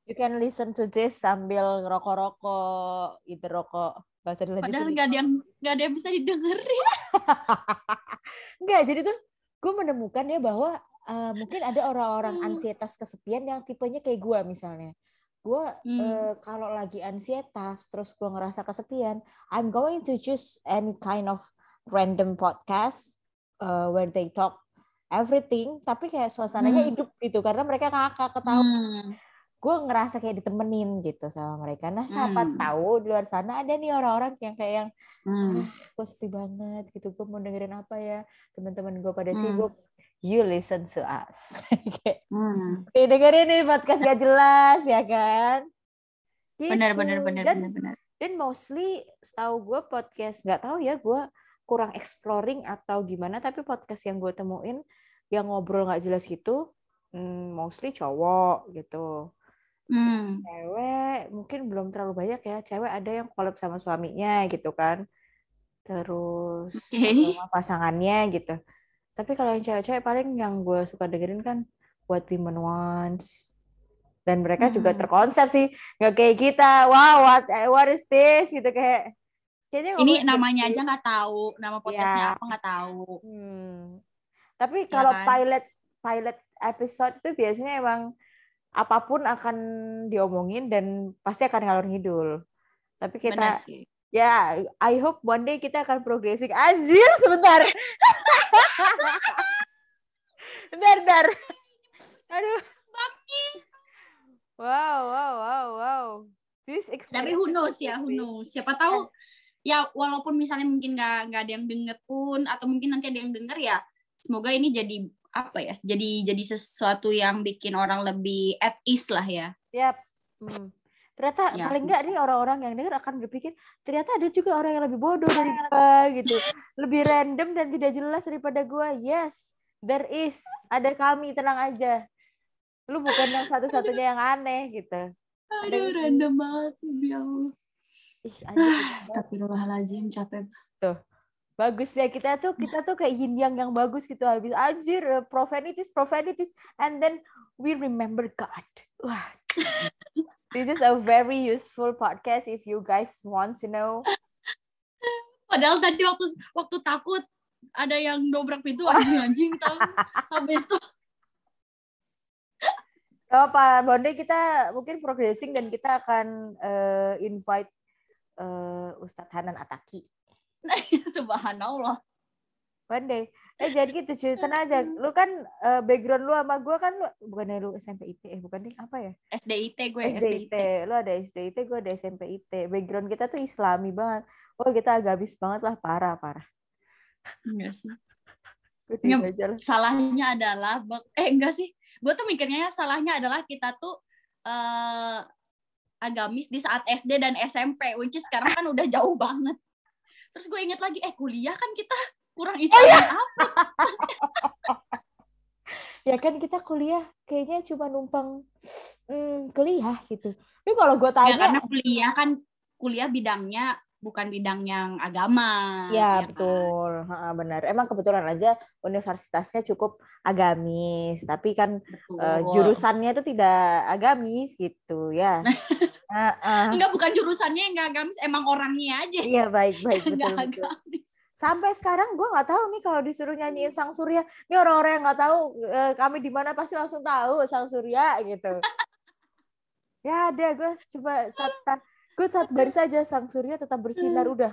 You can listen to this sambil ngerokok-rokok, itu rokok. Padahal nggak ada yang bisa didengerin. Enggak, jadi tuh gue menemukan ya bahwa mungkin ada orang-orang ansietas kesepian yang tipenya kayak gue misalnya. Gue kalau lagi ansietas terus gue ngerasa kesepian, I'm going to choose any kind of random podcast where they talk everything, tapi kayak suasananya hidup gitu karena mereka ngakak ketawa. Gue ngerasa kayak ditemenin gitu sama mereka. Nah, siapa tahu di luar sana ada nih orang-orang yang kayak yang gue sepi banget gitu. Gue mau dengerin apa ya? Teman-teman gue pada sibuk. You listen to us. Dengerin nih podcast gak jelas ya kan? Gitu. Benar. Dan mostly setahu gue podcast, nggak tahu ya, gue kurang exploring atau gimana, tapi podcast yang gue temuin yang ngobrol nggak jelas gitu, mostly cowok gitu. Cewek mungkin belum terlalu banyak ya. Cewek ada yang collab sama suaminya gitu kan. Terus sama pasangannya gitu. Tapi kalau yang cewek-cewek paling yang gue suka dengerin kan What Women Wants. Dan mereka juga terkonsep sih. Nggak kayak kita. Wow, what is this? Gitu kayak. Ini namanya aja nggak tahu. Nama podcastnya apa nggak tahu. Tapi kalau pilot episode itu biasanya emang apapun akan diomongin dan pasti akan ngalor ngidul. Tapi kita ya, I hope one day kita akan progressing. Anjir, sebentar. Bentar. Aduh. Wow. Tapi who knows. Siapa tahu ya, walaupun misalnya mungkin nggak ada yang denger pun, atau mungkin nanti ada yang denger ya, semoga ini jadi apa ya, jadi sesuatu yang bikin orang lebih at ease lah ya. Yap. Ternyata paling nggak nih orang-orang yang denger akan berpikir ternyata ada juga orang yang lebih bodoh dari gue gitu, lebih random dan tidak jelas daripada gue. Yes, there is, ada kami, tenang aja. Lu bukan yang satu-satunya yang aneh gitu. Aduh, random banget ya Allah. Astagfirullahaladzim, capek. Tuh. Bagus ya, kita tuh kayak yin yang bagus gitu, habis anjir profanities and then we remember God. Wah. This is a very useful podcast if you guys want to know. Padahal tadi waktu takut ada yang dobrak pintu, anjing tahu. Habis itu Pak Bonde, kita mungkin progressing dan kita akan invite Ustadz Hanan Ataki. Subhanallah. Bonde, jadi gitu cerita aja. Lu kan background lu sama gue kan, lu bukannya lu SMP IT, bukan nih apa ya? SDIT gue. SDIT. Lu ada SDIT, gue ada SMP IT. Background kita tuh Islami banget. Oh, kita agamis banget lah, parah. Enggak sih. Salahnya adalah enggak sih. Gue tuh mikirnya salahnya adalah kita tuh agamis di saat SD dan SMP, which is sekarang kan udah jauh banget. Terus gue inget lagi, kuliah kan kita kurang Islami apa? Ya kan kita kuliah kayaknya cuma numpang kuliah gitu. Tapi kalau gue tanya, karena kuliah bidangnya bukan bidang yang agama. Ya betul, kan? Benar. Emang kebetulan aja universitasnya cukup agamis, tapi kan jurusannya itu tidak agamis gitu ya. Enggak, bukan jurusannya yang nggak agamis, emang orangnya aja. Iya, baik betul. Sampai sekarang gue nggak tahu nih kalau disuruh nyanyiin Sang Surya, ini orang-orang yang nggak tahu kami di mana pasti langsung tahu Sang Surya gitu. Ya ada, gue coba satu baris saja, Sang Surya tetap bersinar, udah.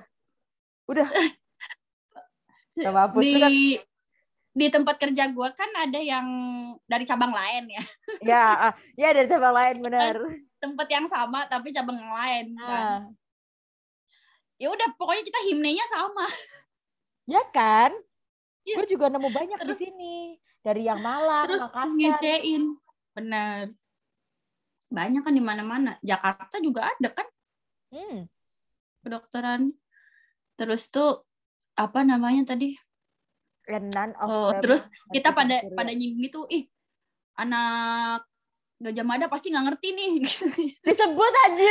Sama hapus kan. Di tempat kerja gue kan ada yang dari cabang lain ya. Ya dari cabang lain, benar. Tempat yang sama tapi cabang lain kan. Ya udah, pokoknya kita himnenya sama. Ya kan? Ya. Gue juga nemu banyak di sini. Dari yang Malang, terus Makassar. Ngecein. Benar. Banyak kan di mana-mana. Jakarta juga ada kan? Kedokteran. Terus tuh apa namanya tadi? Terus kita pada nyinggung gitu, anak Gajah Mada pasti nggak ngerti nih. Disebut anjir.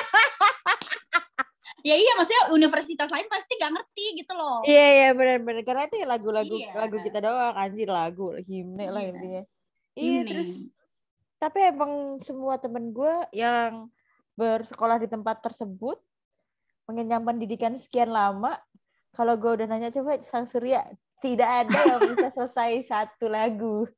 Ya iya, maksudnya universitas lain pasti nggak ngerti gitu loh. Iya benar-benar, karena itu lagu kita doang, anjir, lagu himne lah intinya. Iya, terus Tapi emang semua temen gue yang bersekolah di tempat tersebut mengenyam pendidikan sekian lama, kalau gue udah nanya coba Sang Surya, tidak ada yang bisa selesai satu lagu.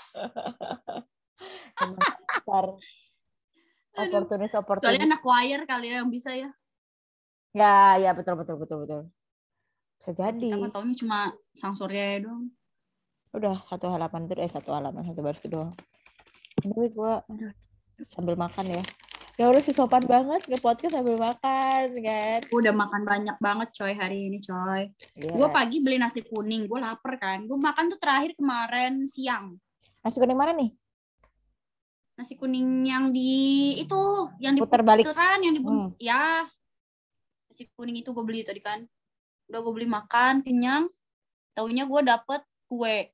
Emang dasar oportunis. Kecuali anak choir kali ya yang bisa ya. Ya betul. Bisa Kita jadi. mah taunya cuma Sang Surya doang. Udah satu halaman satu baris itu doang. Tapi gue sambil makan ya. Ya udah sih sopan banget nge-podcast sambil makan kan. Udah makan banyak banget coy hari ini coy. Yeah. Gue pagi beli nasi kuning, gue lapar kan. Gue makan tuh terakhir kemarin siang. Nasi kuning mana nih? Nasi kuning yang di itu, yang di Putar balik. yang di ya. Nasi kuning itu gue beli tadi kan. Udah gue beli makan, kenyang. Taunya gue dapet kue.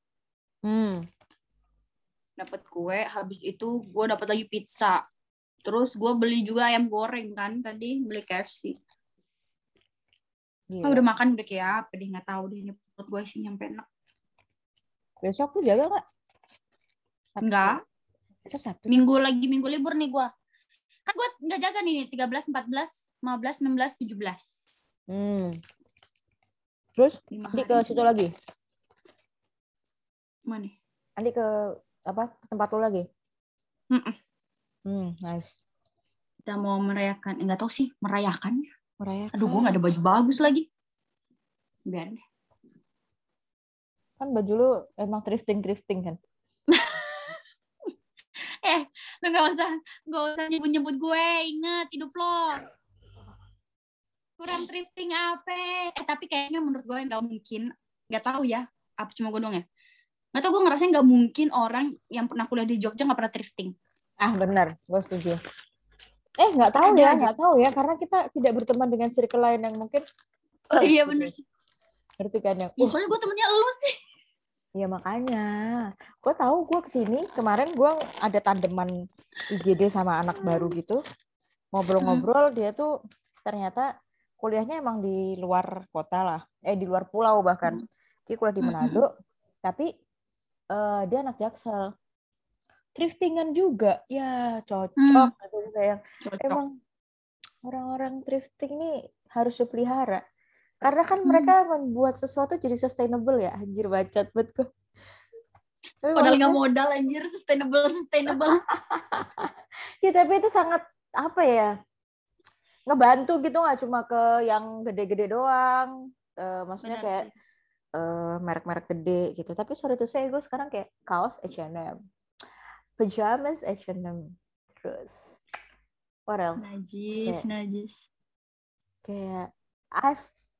Dapet kue, habis itu gue dapet lagi pizza. Terus gue beli juga ayam goreng kan tadi, beli KFC. Yeah. Udah makan udah kayak apa deh, nggak tahu deh ini perut gue sih nyampe enak. Besok tuh jaga nggak? Enggak. Besok Sabtu. Minggu libur nih gue. Kan gue nggak jaga nih 13, 14, 15, 16, 17. Terus Andi ke situ lagi? Mana? Andi ke apa? Ke tempat lu lagi? Nice. Kita mau merayakan, nggak tahu sih merayakan. Aduh, gue nggak ada baju bagus lagi. Biar deh. Kan baju lu emang thrifting kan? Lu nggak usah nyebut gue. Ingat hidup lo. Kurang thrifting apa? Tapi kayaknya menurut gue nggak mungkin. Nggak tahu ya. Apa cuma gue dong ya? Nggak tahu, gue ngerasain nggak mungkin orang yang pernah kuliah di Jogja nggak pernah thrifting. Benar, gue setuju. Nggak tahu ya, karena kita tidak berteman dengan circle lain yang mungkin. Iya benar sih. Ngerti kan yang? Soalnya gue temennya lu sih. Iya makanya, gue tahu gue kesini kemarin gue ada tandeman IGD sama anak baru gitu, ngobrol-ngobrol dia tuh ternyata kuliahnya emang di luar kota lah, di luar pulau bahkan, dia kuliah di Manado, tapi dia anak Jaksel. Thriftingan juga, ya cocok. Kayak emang orang-orang thrifting nih harus dipelihara. Karena kan mereka membuat sesuatu jadi sustainable ya. Anjir, bacot banget gue. Padahal nggak modal anjir, sustainable. Ya tapi itu sangat apa ya, ngebantu gitu, nggak cuma ke yang gede-gede doang. Maksudnya bener kayak merek-merek gede gitu. Tapi sorry to say, gue sekarang kayak kaos H&M. Pajamas H&M, terus what else? Najis. Kayak I've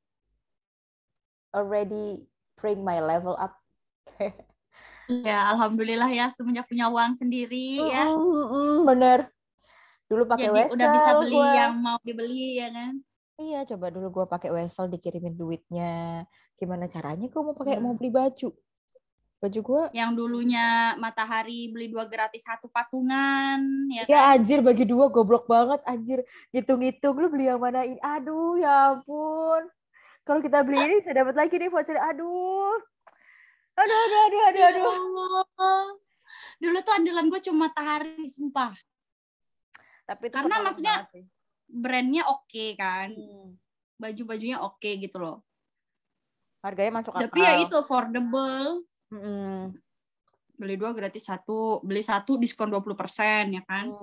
already bring my level up. Ya alhamdulillah ya, semenjak punya uang sendiri ya. Bener. Dulu pakai Wesel. Udah bisa beli yang mau dibeli ya kan? Iya, coba dulu gue pakai Wesel dikirimin duitnya. Gimana caranya gue mau beli baju? Baju gue yang dulunya Matahari beli 2 gratis 1 patungan ya kan? Anjir, bagi 2 goblok banget anjir. Hitung-hitung lu beli yang mana ini, aduh ya ampun, kalau kita beli ini bisa dapat lagi nih voucher. Aduh. Dulu tuh andalan gue cuma Matahari sumpah. Tapi itu karena maksudnya brandnya oke kan, baju-bajunya oke gitu loh, harganya masuk akal. Tapi ya itu affordable. Beli 2 gratis 1, beli 1 diskon 20% ya kan.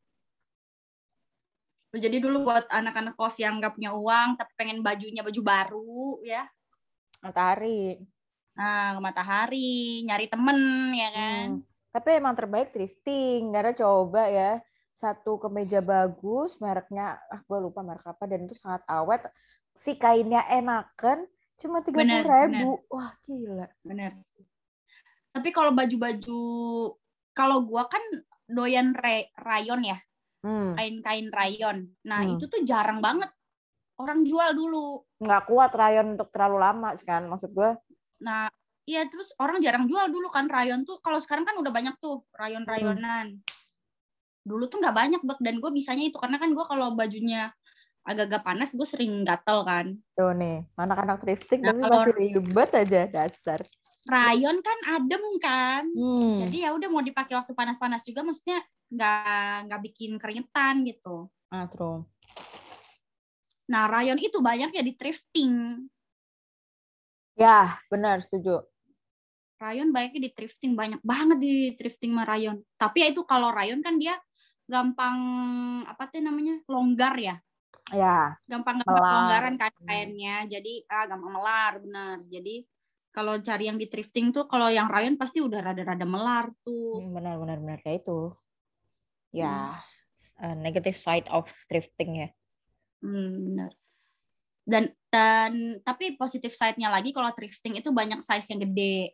Jadi dulu buat anak-anak kos yang nggak punya uang tapi pengen bajunya baju baru ya, Matahari. Nah, ke Matahari nyari temen ya kan. Tapi emang terbaik thrifting, karena coba ya, satu kemeja bagus mereknya gue lupa merek apa, dan itu sangat awet, si kainnya enakan, cuma 30.000. Wah gila. Bener. Tapi kalau baju-baju, kalau gue kan doyan rayon ya, kain-kain rayon. Nah itu tuh jarang banget orang jual dulu. Nggak kuat rayon untuk terlalu lama kan, maksud gue. Nah iya, terus orang jarang jual dulu kan rayon tuh. Kalau sekarang kan udah banyak tuh rayon-rayonan. Dulu tuh nggak banyak, dan gue bisanya itu karena kan gue kalau bajunya agak-agak panas gue sering gatel kan. Tuh nih, anak-anak thrifting tapi masih ribet aja dasar. Rayon kan adem kan. Jadi ya udah mau dipakai waktu panas-panas juga, maksudnya nggak bikin keringetan gitu. True. Nah, rayon itu banyak ya di thrifting. Ya, benar, setuju. Rayon banyaknya di thrifting, banyak banget di thrifting mah rayon. Tapi ya itu kalau rayon kan dia gampang apa tuh namanya? Longgar ya. Ya. Gampang pelonggaran kainnya. Jadi gampang melar, benar. Jadi kalau cari yang di thrifting tuh kalau yang rayon pasti udah rada-rada melar tuh. Benar kayak itu. Ya, negative side of thrifting ya. Benar. Dan tapi positif side-nya lagi kalau thrifting itu banyak size yang gede.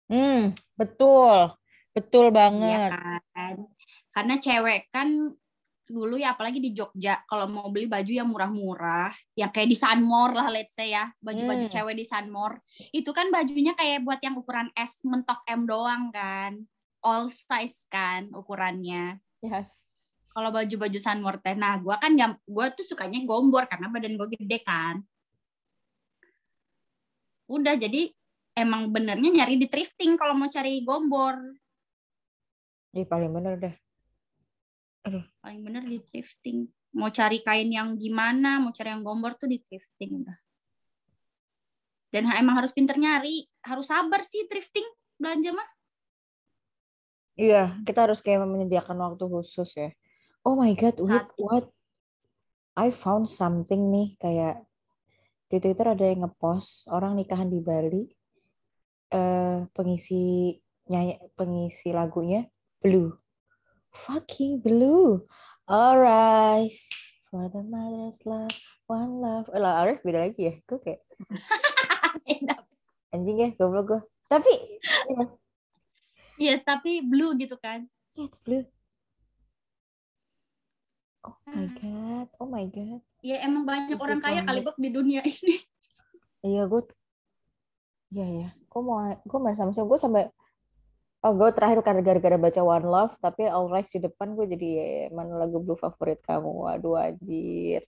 Betul banget. Iya kan? Karena cewek kan dulu ya, apalagi di Jogja, kalau mau beli baju yang murah-murah, yang kayak di Sunmore lah, let's say ya, baju-baju cewek di Sunmore, itu kan bajunya kayak buat yang ukuran S mentok M doang kan, all size kan ukurannya. Yes. Kalau baju-baju Sunmore teh, nah gue tuh sukanya gombor karena badan gue gede kan. Udah, jadi emang benernya nyari di thrifting kalau mau cari gombor. Paling bener deh. Paling bener di thrifting. Mau cari kain yang gimana, mau cari yang gombor tuh di thrifting udah. Dan emang harus pinter nyari, harus sabar sih thrifting belanja mah. Iya, kita harus kayak menyediakan waktu khusus ya. Oh my God, wait, what? I found something nih, kayak di Twitter ada yang ngepost orang nikahan di Bali, pengisi lagunya Blue. Fucking Blue. Alright. For the mother's love, one love. Alright, beda lagi ya. Gue kayak anjing ya, goblok gue. Tapi iya, tapi Blue gitu kan. Yeah, it's Blue. Oh my God. Ya emang banyak orang kaya kali Bob di dunia ini. Iya, ya. Gue main sama siapa? Gue sampai gue terakhir karena gara-gara baca One Love, tapi All Rise di depan gue jadi mana lagu Blue favorit kamu? Waduh, anjir.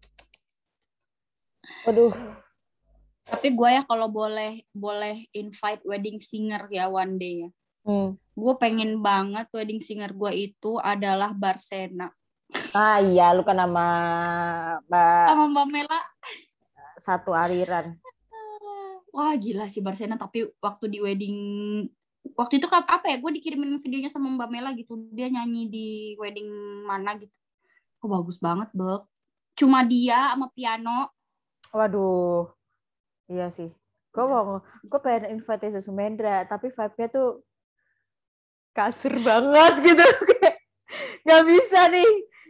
Waduh. Tapi gue ya kalau boleh invite wedding singer ya one day ya. Gue pengen banget wedding singer gue itu adalah Barsena. Iya, lu kan sama Mbak Mela. Satu aliran. Wah gila sih Barsena, tapi waktu di wedding waktu itu apa ya, gue dikirimin videonya sama Mbak Mela gitu, dia nyanyi di wedding mana gitu. Bagus banget Bek, cuma dia sama piano. Waduh, iya sih. Gue pengen invite Tessa Sumendra, tapi vibe-nya tuh kasar banget gitu. Gak bisa nih.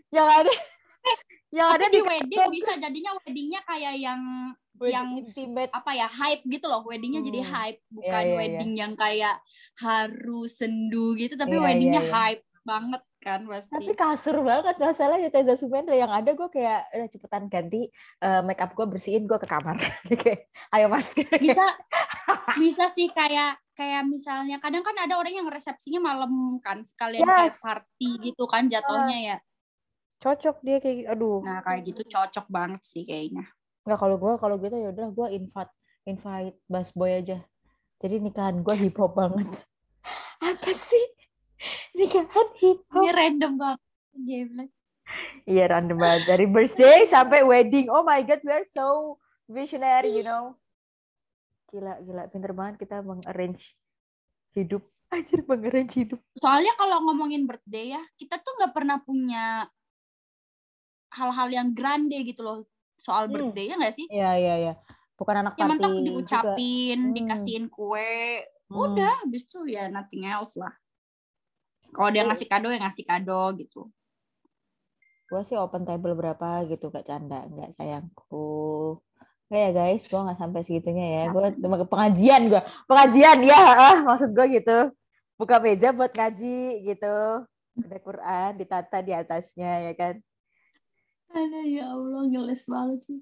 Yang ada di wedding bisa jadinya weddingnya kayak yang intimate, apa ya, hype gitu loh. Weddingnya jadi hype, bukan wedding yang kayak harus sendu gitu, tapi weddingnya hype banget kan pasti. Tapi kasur banget masalahnya Tessa Sumendra. Yang ada gue kayak udah cepetan ganti make up gue, bersihin, gue ke kamar. Ayo mas. Bisa sih kayak misalnya kadang kan ada orang yang resepsinya malam kan, sekalian kayak party gitu kan jatuhnya ya. Cocok dia kayak aduh. Nah kayak gitu cocok banget sih kayaknya. Nggak, kalau gitu ya udah gue invite busboy aja. Jadi nikahan gue hip hop banget. Apa sih? Nikahan hip hop. Ini random banget. Iya random banget. Dari birthday sampai wedding. Oh my God, we are so visionary, you know. Gila. Pinter banget kita mengarrange hidup. Anjir, mengarrange hidup. Soalnya kalau ngomongin birthday ya, kita tuh nggak pernah punya hal-hal yang grande gitu loh soal birthday, ya nggak sih? Iya. Bukan anak party. Yang mentok diucapin, dikasihin kue, udah, habis itu ya nothing else lah. Kalau dia ngasih kado ya ngasih kado gitu. Gue sih open table berapa gitu, gak canda, nggak sayangku. Nggak ya guys, gue nggak sampai segitunya ya. Gue pengajian ya, maksud gue gitu. Buka meja buat ngaji gitu. Ada Quran ditata di atasnya ya kan. Aduh, ya Allah, ngeles banget sih.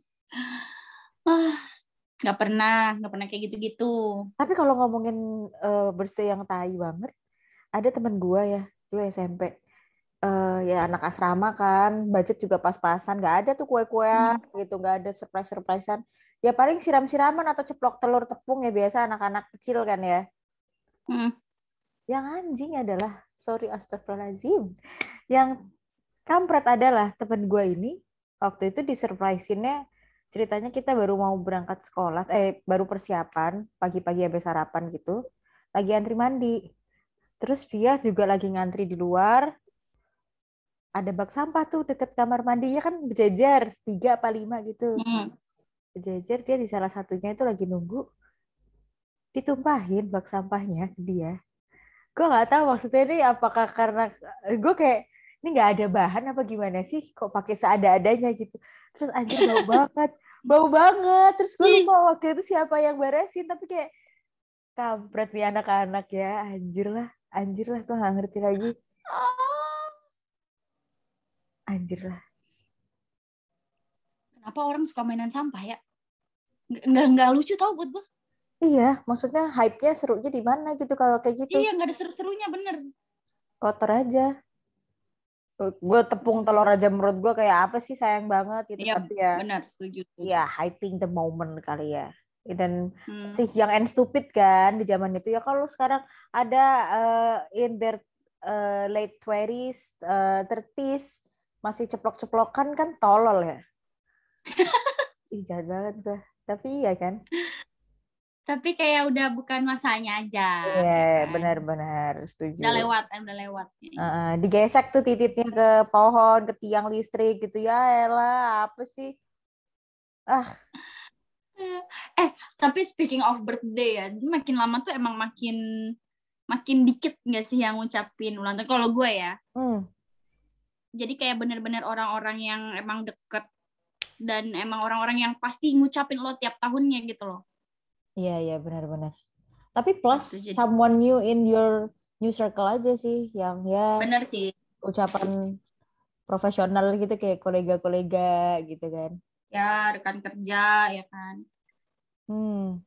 Nggak pernah kayak gitu-gitu. Tapi kalau ngomongin bersih yang tai banget, ada teman gue ya dulu SMP. ya anak asrama kan, budget juga pas-pasan, nggak ada tuh kue-kuean gitu, nggak ada surprise-surprisean. Ya paling siram-siraman atau ceplok telur tepung ya biasa anak-anak kecil kan ya. Hmm. Yang anjing adalah, sorry astagfirullahaladzim, yang kampret adalah temen gue ini waktu itu disurprisinnya, ceritanya kita baru mau berangkat sekolah, baru persiapan, pagi-pagi habis sarapan gitu, lagi antri mandi. Terus dia juga lagi ngantri di luar, ada bak sampah tuh deket kamar mandinya kan berjejer 3 apa 5 gitu. Hmm. Berjejer, dia di salah satunya itu lagi nunggu, ditumpahin bak sampahnya ke dia. Gue nggak tahu maksudnya ini apakah karena gue kayak ini nggak ada bahan apa gimana sih kok pakai seada-adanya gitu. Terus anjir bau banget, bau banget. Terus gue lupa waktu itu siapa yang beresin tapi kayak kampret nih anak-anak ya, anjir lah gue nggak ngerti lagi, anjir lah. Kenapa orang suka mainan sampah ya? Nggak lucu tau buat gue. Iya, maksudnya hype-nya serunya di mana gitu kalau kayak gitu. Iya, nggak ada seru-serunya, bener. Kotor aja. Gue tepung telur aja menurut gue kayak apa sih, sayang banget gitu. Iya, Tapi ya, benar, setuju. ya hyping the moment kali ya. Dan Hmm. sih yang and stupid kan di zaman itu ya, kalau sekarang ada in their late 20s, 30s masih ceplok-ceplokan kan tolol ya. Ih, jahat banget gue. Tapi iya kan. Tapi kayak udah bukan masanya aja, Iya, ya kan? benar-benar setuju. Udah lewat. Digesek tuh tititnya ke pohon, ke tiang listrik gitu ya, elah apa sih? Ah, Tapi speaking of birthday ya, makin lama tuh emang makin dikit nggak sih yang ngucapin ulang tahun? Kalau gue ya, jadi kayak bener-bener orang-orang yang emang deket dan emang orang-orang yang pasti ngucapin lo tiap tahunnya gitu loh. iya benar-benar. Tapi plus Gitu, jadi someone new in your new circle aja sih, yang ya bener sih. ucapan profesional gitu kayak kolega-kolega gitu kan. Ya rekan kerja ya kan. Hmm.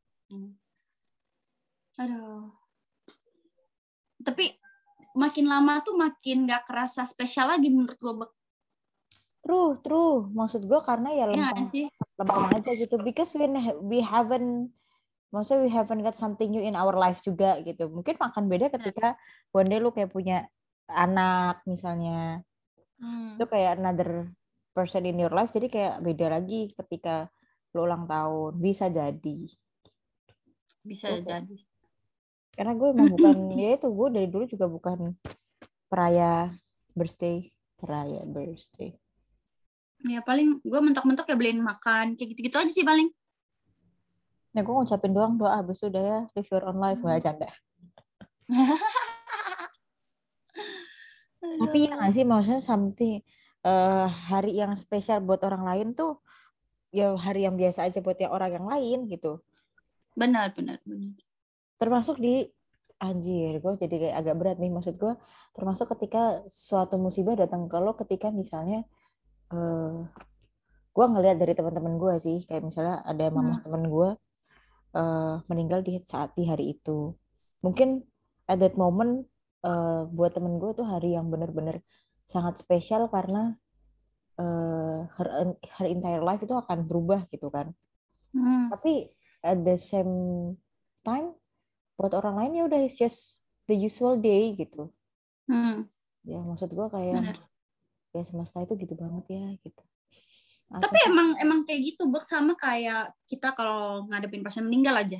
Aduh. Tapi makin lama tuh makin gak kerasa spesial lagi menurut gue. True. Maksud gue karena ya Ya nggak sih? lempeng aja gitu. Because we haven't, maksudnya we haven't got something new in our life juga gitu. Mungkin akan beda ketika one day lu kayak punya anak misalnya. Itu kayak another person in your life. Jadi kayak beda lagi ketika lu ulang tahun. Bisa jadi. Bisa Gue kayak- jadi. Karena gue emang bukan, ya itu gue dari dulu juga bukan peraya birthday. Ya paling gue mentok-mentok ya beliin makan kayak gitu-gitu aja sih paling. Ya gue ngucapin doang doa, habis itu udah ya live your own life, nggak canda. Tapi ya nggak sih, maksudnya something hari yang spesial buat orang lain tuh ya hari yang biasa aja buat ya orang yang lain gitu. Benar. Termasuk di anjir, gue jadi kayak agak berat nih, maksud gue termasuk ketika suatu musibah datang ke lo, ketika misalnya gue ngelihat dari teman-teman gue sih, kayak misalnya ada mama temen gue meninggal di saat di hari itu. Mungkin at that moment buat temen gue tuh hari yang bener-bener sangat spesial karena her entire life itu akan berubah gitu kan. Tapi at the same time buat orang lain ya udah it's just the usual day gitu. Ya maksud gue kayak ya semesta itu gitu banget ya gitu. Tapi emang kayak gitu, Bek, sama kayak kita kalau ngadepin pasien meninggal aja.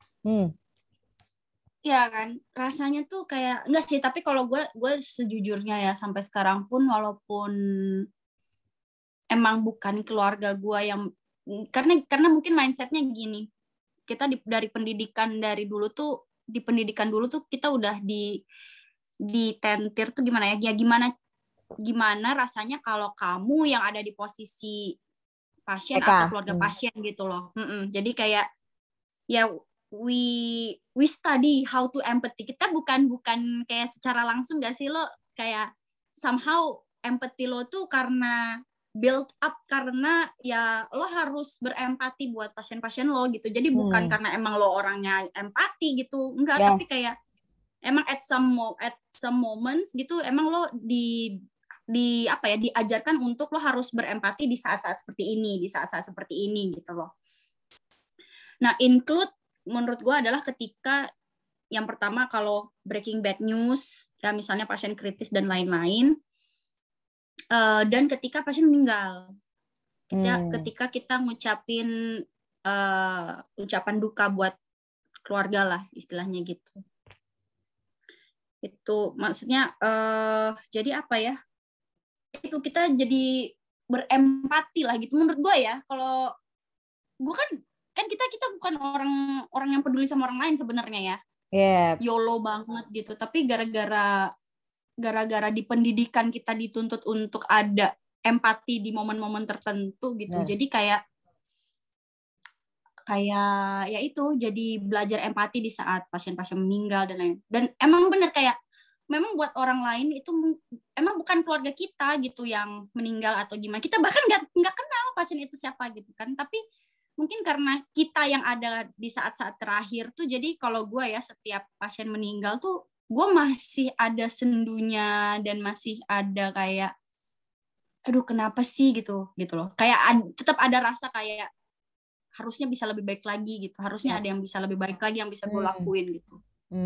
Iya kan, rasanya tuh kayak enggak sih, tapi kalau gue sejujurnya ya sampai sekarang pun walaupun emang bukan keluarga gue yang karena mungkin mindsetnya gini, kita dari pendidikan dari dulu tuh di pendidikan dulu tuh kita udah di tentir tuh gimana ya, ya gimana rasanya kalau kamu yang ada di posisi pasien atau keluarga pasien gitu loh. Jadi kayak ya we study how to empathy. Kita bukan kayak secara langsung gak sih, lo kayak somehow empathy lo tuh karena build up karena ya lo harus berempati buat pasien-pasien lo gitu. Jadi bukan karena emang lo orangnya empati gitu, enggak, tapi kayak emang at some moments gitu emang lo di apa ya, diajarkan untuk lo harus berempati di saat-saat seperti ini gitu loh. Nah, include menurut gue adalah ketika yang pertama kalau breaking bad news ya, misalnya pasien kritis dan lain-lain, dan ketika pasien meninggal, ketika kita ngucapin ucapan duka buat keluarga lah istilahnya gitu. Itu maksudnya jadi apa ya, itu kita jadi berempati lah gitu menurut gue ya. Kalau gue kan kita bukan orang yang peduli sama orang lain sebenarnya ya. YOLO banget gitu, tapi gara-gara di pendidikan kita dituntut untuk ada empati di momen-momen tertentu gitu. Jadi kayak ya itu, jadi belajar empati di saat pasien-pasien meninggal dan lain. Dan emang bener kayak memang buat orang lain itu emang bukan keluarga kita gitu yang meninggal atau gimana. Kita bahkan nggak kenal pasien itu siapa gitu kan. Tapi mungkin karena kita yang ada di saat-saat terakhir tuh, jadi kalau gue ya setiap pasien meninggal tuh gue masih ada sendunya dan masih ada kayak aduh kenapa sih gitu loh. Kayak tetap ada rasa kayak harusnya bisa lebih baik lagi gitu. Harusnya ada yang bisa lebih baik lagi yang bisa gue lakuin gitu.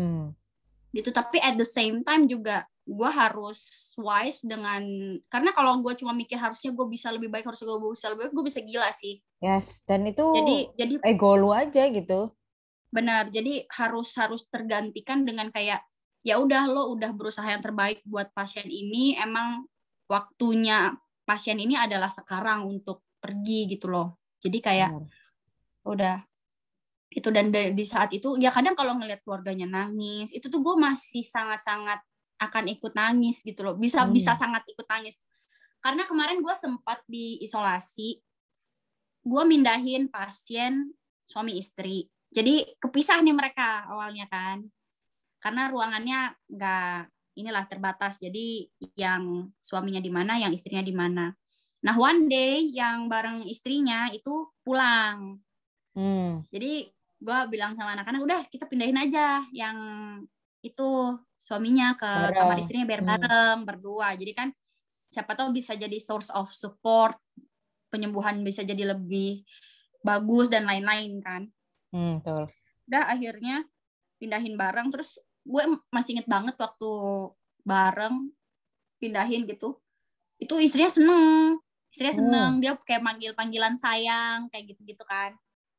Gitu, tapi at the same time juga gue harus wise dengan, karena kalau gue cuma mikir harusnya gue bisa lebih baik, gue bisa gila sih. Yes, dan itu jadi ego lu aja gitu. Benar, jadi harus tergantikan dengan kayak ya udah, lo udah berusaha yang terbaik buat pasien ini, emang waktunya pasien ini adalah sekarang untuk pergi gitu loh. Jadi kayak udah itu, dan di saat itu ya kadang kalau ngelihat keluarganya nangis itu tuh gue masih sangat-sangat akan ikut nangis gitu loh, bisa sangat ikut nangis. Karena kemarin gue sempat diisolasi, gue mindahin pasien suami istri, jadi kepisah nih mereka awalnya kan, karena ruangannya nggak terbatas, jadi yang suaminya di mana, yang istrinya di mana. Nah, one day yang bareng istrinya itu pulang. Jadi gue bilang sama anak-anak, udah kita pindahin aja yang itu suaminya ke kamar istrinya biar bareng berdua. Jadi kan siapa tahu bisa jadi source of support, penyembuhan bisa jadi lebih bagus dan lain-lain kan. Betul. Udah akhirnya pindahin bareng, terus gue masih inget banget waktu bareng pindahin gitu. Itu istrinya seneng, dia kayak panggilan sayang kayak gitu-gitu kan.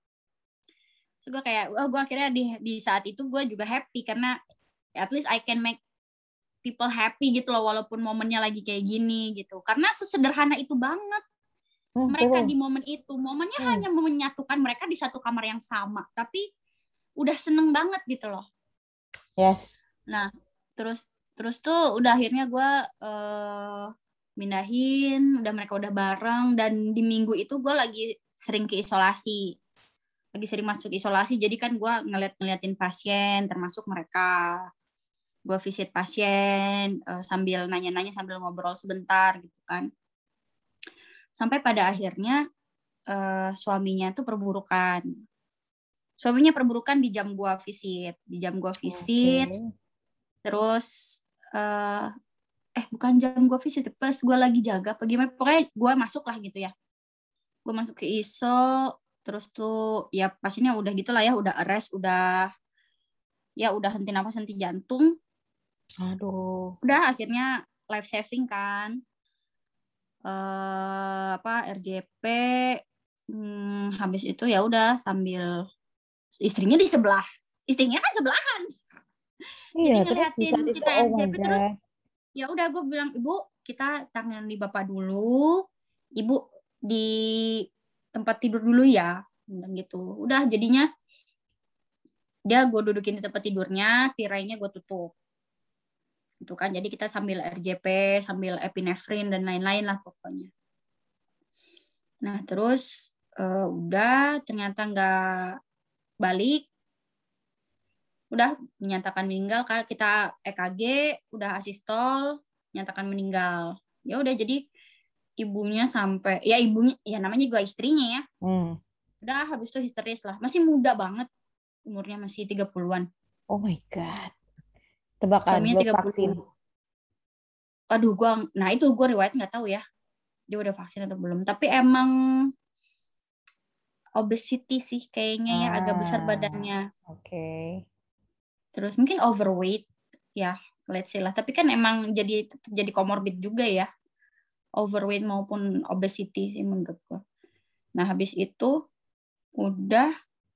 Terus gue kayak, gue akhirnya di saat itu gue juga happy karena at least I can make people happy gitu loh, walaupun momennya lagi kayak gini gitu. Karena sesederhana itu banget mereka di momen itu. Momennya hanya menyatukan mereka di satu kamar yang sama, tapi udah seneng banget gitu loh. Yes. Nah, terus tuh udah akhirnya gue mindahin, udah mereka udah bareng, dan di minggu itu gue lagi sering masuk isolasi, jadi kan gue ngeliatin pasien, termasuk mereka. Gue visit pasien sambil nanya-nanya, sambil ngobrol sebentar gitu kan. Sampai pada akhirnya suaminya tuh perburukan. Di jam gue visit. Terus bukan jam gue visit, pas gue lagi jaga apa gimana, pokoknya gue masuk lah gitu ya. Gue masuk ke ISO, terus tuh ya pasiennya udah gitulah ya, udah arrest, udah henti nafas, henti jantung. Aduh. Udah akhirnya life saving kan. RJP, habis itu ya udah sambil istrinya di sebelah, istrinya kan sebelahan. Iya, jadi ngeliatin kita RJP terus ya udah gue bilang, ibu kita tangan di bapak dulu, ibu di tempat tidur dulu ya, gitu. Udah jadinya dia gue dudukin di tempat tidurnya, tirainya gue tutup gitu kan. Jadi kita sambil RJP, sambil epinefrin dan lain-lain lah pokoknya. Nah terus udah ternyata nggak balik, udah menyatakan meninggal. Kita EKG udah asistol, nyatakan meninggal. Ya udah, jadi ibunya namanya juga istrinya ya. Udah habis itu histeris lah. Masih muda banget, umurnya masih 30-an. Oh my god. Tebakan, Suaminya belum 30. vaksin. Aduh, itu gue riwayat nggak tahu ya. Dia udah vaksin atau belum. Tapi emang obesity sih kayaknya ya, agak besar badannya. Oke. Terus mungkin overweight ya, let's say lah. Tapi kan emang jadi comorbid juga ya. Overweight maupun obesity sih menurut gue. Nah, habis itu udah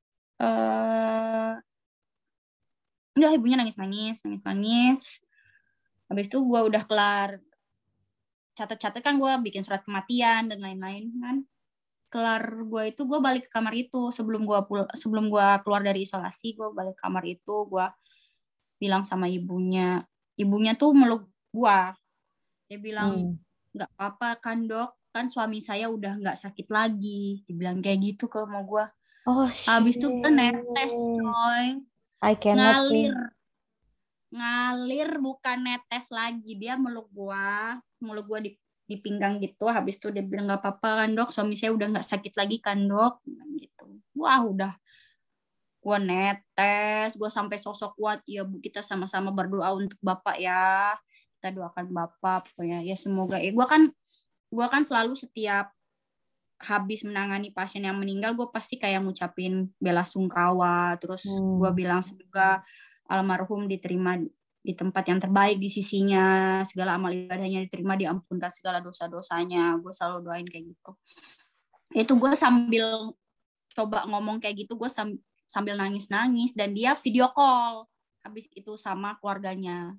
enggak, ibunya nangis. Habis itu gue udah kelar catat-catat kan, gue bikin surat kematian dan lain-lain kan. Kelar gue itu, gue balik ke kamar itu sebelum gue keluar dari isolasi. Gue balik ke kamar itu, gue bilang sama ibunya tuh meluk gue. Dia bilang, nggak apa-apa kan dok, kan suami saya udah nggak sakit lagi. Dibilang kayak gitu ke mau gue. Oh Habis itu gue shit. netes coy, I cannot sih. ngalir bukan netes lagi. Dia meluk gua di pinggang gitu. Habis itu dia bilang, nggak apa-apa kan dok, suami saya udah nggak sakit lagi kan dok, gitu. Wah, udah gua netes, gua sampai sosok kuat. Ya bu, kita sama-sama berdoa untuk bapak ya, kita doakan bapak pokoknya ya, semoga ya. Gua kan selalu setiap habis menangani pasien yang meninggal, gue pasti kayak ngucapin bela sungkawa, terus gue bilang semoga almarhum diterima di tempat yang terbaik di sisinya, segala amal ibadahnya diterima, diampunkan segala dosa-dosanya. Gue selalu doain kayak gitu. Itu gue sambil coba ngomong kayak gitu, gue sambil nangis-nangis, dan dia video call habis itu sama keluarganya.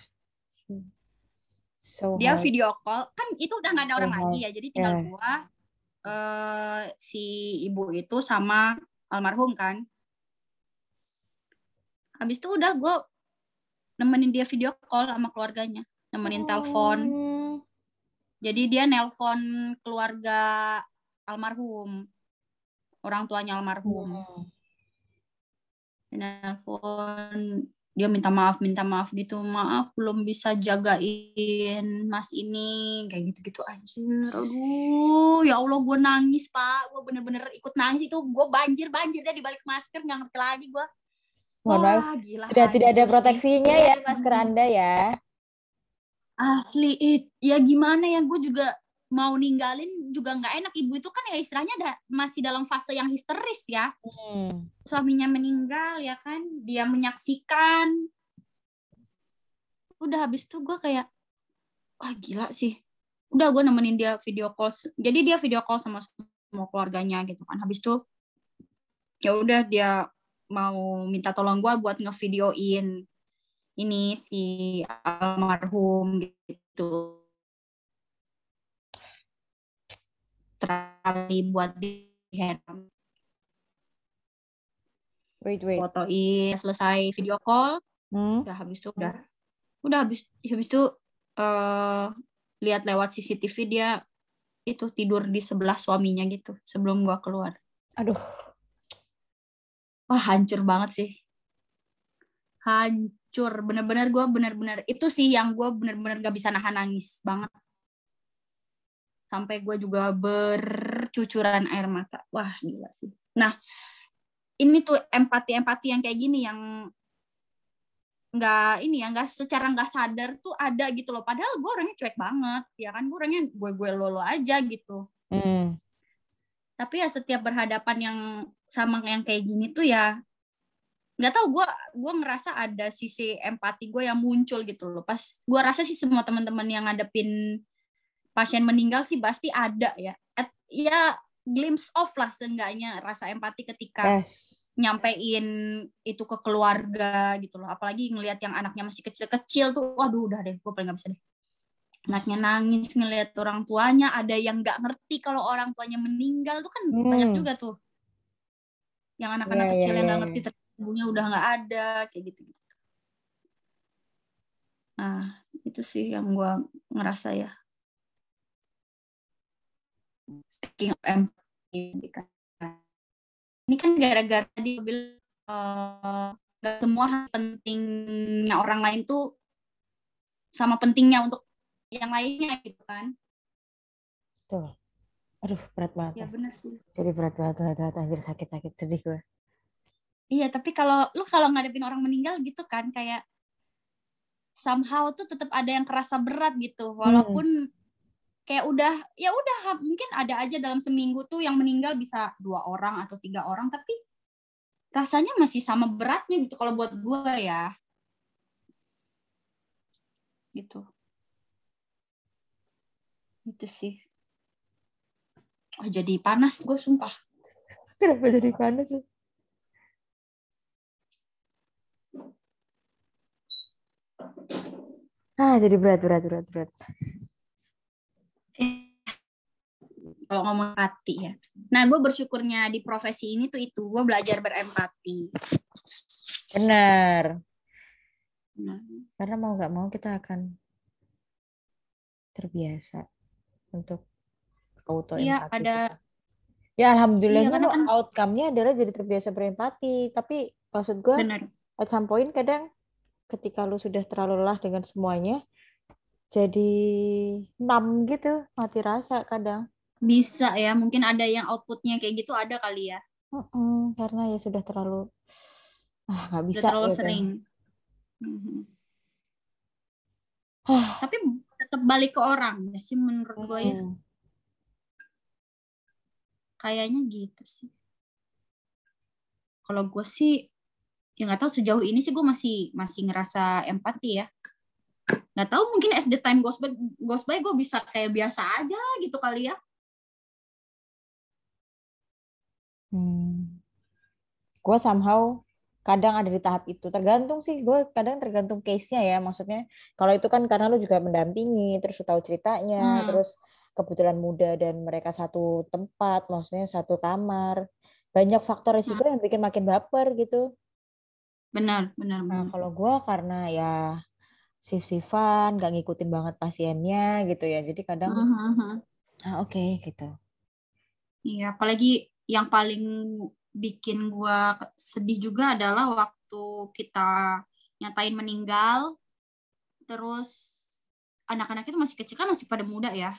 Dia video call, kan itu udah gak ada orang lagi ya, jadi tinggal gue, si ibu itu sama almarhum kan. Habis itu udah gue nemenin dia video call sama keluarganya, nemenin telepon. Jadi dia nelpon keluarga almarhum, orang tuanya almarhum. Nelpon, dia minta maaf gitu, maaf belum bisa jagain mas ini, kayak gitu-gitu. Anjir, aduh ya Allah, gue nangis pak, gue bener-bener ikut nangis itu. Gue banjir dia di balik masker, nggak ngerti lagi gue. Wah, gila, sudah tidak ada proteksinya sih ya masker Anda ya. Asli, ya gimana ya, gue juga mau ninggalin juga nggak enak. Ibu itu kan ya istilahnya masih dalam fase yang histeris ya. Suaminya meninggal ya kan, dia menyaksikan. Udah habis itu gue kayak, wah gila sih. Udah gue nemenin dia video call. Jadi dia video call sama semua keluarganya gitu kan. Habis itu ya udah dia mau minta tolong gue buat ngevideoin ini si almarhum gitu. Terali buat di hand. Wait. Fotoin, selesai video call. Udah habis itu habis itu lihat lewat CCTV dia itu tidur di sebelah suaminya gitu sebelum gua keluar. Aduh. Wah, hancur banget sih. Hancur, bener-bener gue bener-bener itu sih yang gue bener-bener gak bisa nahan nangis banget. Sampai gue juga bercucuran air mata. Wah, gila sih. Nah, ini tuh empati yang kayak gini yang nggak secara nggak sadar tuh ada gitu loh. Padahal gue orangnya cuek banget, ya kan, gue orangnya gue lolo aja gitu. Tapi ya setiap berhadapan yang sama yang kayak gini tuh ya nggak tahu, gue ngerasa ada sisi empati gue yang muncul gitu loh. Pas gue rasa sih semua teman-teman yang ngadepin pasien meninggal sih pasti ada ya. Ya glimpse of lah seenggaknya rasa empati ketika nyampein itu ke keluarga gitu loh. Apalagi ngelihat yang anaknya masih kecil-kecil tuh, waduh udah deh, gue paling gak bisa deh. Anaknya nangis ngelihat orang tuanya, ada yang nggak ngerti kalau orang tuanya meninggal tuh kan banyak juga tuh. Yang anak-anak kecil yang nggak ngerti ibunya udah nggak ada, kayak gitu-gitu. Nah, itu sih yang gue ngerasa ya. Speaking of empathy, ini kan gara-gara dia bilang gak semua pentingnya orang lain tuh sama pentingnya untuk yang lainnya gitu kan. Tuh. Aduh, berat banget. Ya benar sih. Jadi berat banget. Anjir, sakit sedih gue. Iya, tapi kalau ngadepin orang meninggal gitu kan, kayak somehow tuh tetap ada yang kerasa berat gitu, walaupun kayak udah mungkin ada aja dalam seminggu tuh yang meninggal bisa 2 orang atau 3 orang, tapi rasanya masih sama beratnya gitu kalau buat gue ya gitu. Itu sih. Oh, jadi panas gue sumpah. Kenapa jadi panas? Jadi berat. Kalau ngomong empati ya. Nah, gue bersyukurnya di profesi ini tuh gue belajar berempati. Benar. Nah. Karena mau nggak mau kita akan terbiasa untuk auto empati. Ada. Ya alhamdulillahnya kan outcome-nya adalah jadi terbiasa berempati. Tapi maksud gue, at some point kadang ketika lu sudah terlalu lelah dengan semuanya, jadi numb gitu, mati rasa kadang. Bisa ya, mungkin ada yang outputnya kayak gitu ada kali ya. Karena ya sudah terlalu nggak bisa. Sudah terlalu gitu. sering. Tapi tetap balik ke orang ya sih menurut gue ya. Kayaknya gitu sih. Kalau gue sih ya nggak tahu, sejauh ini sih gue masih ngerasa empati ya. Nggak tahu, mungkin as the time goes by gue bisa kayak biasa aja gitu kali ya. Gue somehow kadang ada di tahap itu. Tergantung sih, gue kadang tergantung case-nya ya. Maksudnya kalau itu kan karena lu juga mendampingi, terus lu tahu ceritanya, terus kebetulan muda dan mereka satu tempat, maksudnya satu kamar. Banyak faktor risiko yang bikin makin baper gitu. Benar. Nah, kalau gue karena ya sif-sifan, gak ngikutin banget pasiennya gitu ya. Jadi kadang, oke, gitu. Iya, apalagi yang paling bikin gue sedih juga adalah waktu kita nyatain meninggal, terus anak-anak itu masih kecil kan, masih pada muda ya.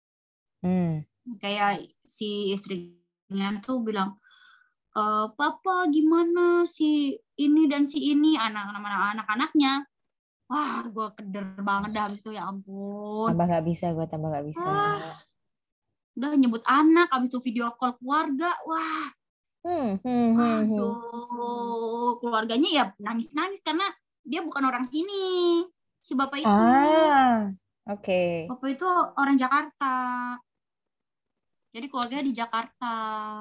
Kayak si istrinya tuh bilang, papa gimana si ini dan si ini, anak-anaknya. Wah, gue keder banget dah habis itu, ya ampun. Tambah gak bisa. Udah nyebut anak, habis itu video call keluarga. Wah. Aduh, keluarganya ya nangis-nangis karena dia bukan orang sini, si bapak itu. Oke. Bapak itu orang Jakarta. Jadi keluarganya di Jakarta.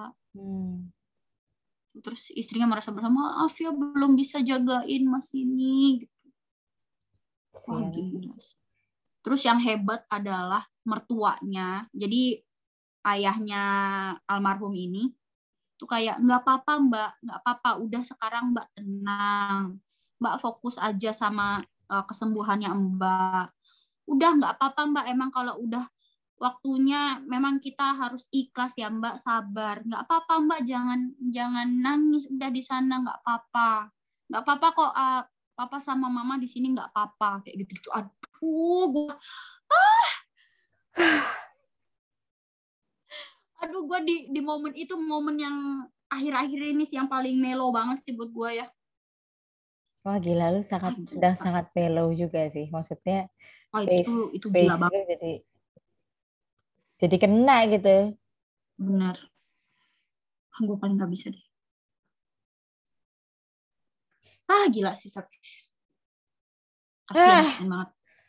Terus istrinya merasa bersalah, maaf ya belum bisa jagain mas ini. Wah, gila. Terus yang hebat adalah mertuanya. Jadi ayahnya almarhum ini tuh kayak, nggak apa-apa mbak, nggak apa-apa, udah sekarang mbak tenang, mbak fokus aja sama kesembuhannya mbak. Udah nggak apa-apa mbak, emang kalau udah waktunya memang kita harus ikhlas ya mbak, sabar, nggak apa-apa mbak, jangan nangis, udah di sana nggak apa-apa kok, papa sama mama di sini nggak apa-apa, kayak gitu. Aduh, gue di momen itu, momen yang akhir-akhir ini sih yang paling melo banget sih buat gue ya. Wah gila, lu sedang sangat mellow juga sih, maksudnya itu gila banget, jadi kena gitu. Bener, gue paling nggak bisa deh. Gila sih, kasian banget.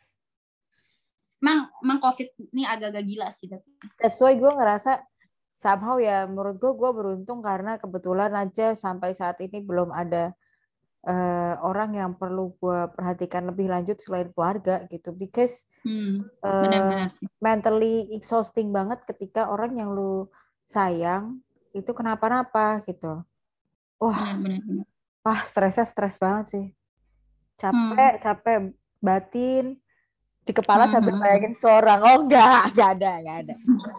Emang COVID ini agak-agak gila sih. That's why gue ngerasa somehow ya, menurut gue beruntung karena kebetulan aja sampai saat ini belum ada orang yang perlu gue perhatikan lebih lanjut selain keluarga gitu. Because benar-benar sih. Mentally exhausting banget ketika orang yang lu sayang itu kenapa-napa gitu. Benar. Wah, stres banget sih. Capek batin di kepala sambil bayangin seorang. Oh enggak ada.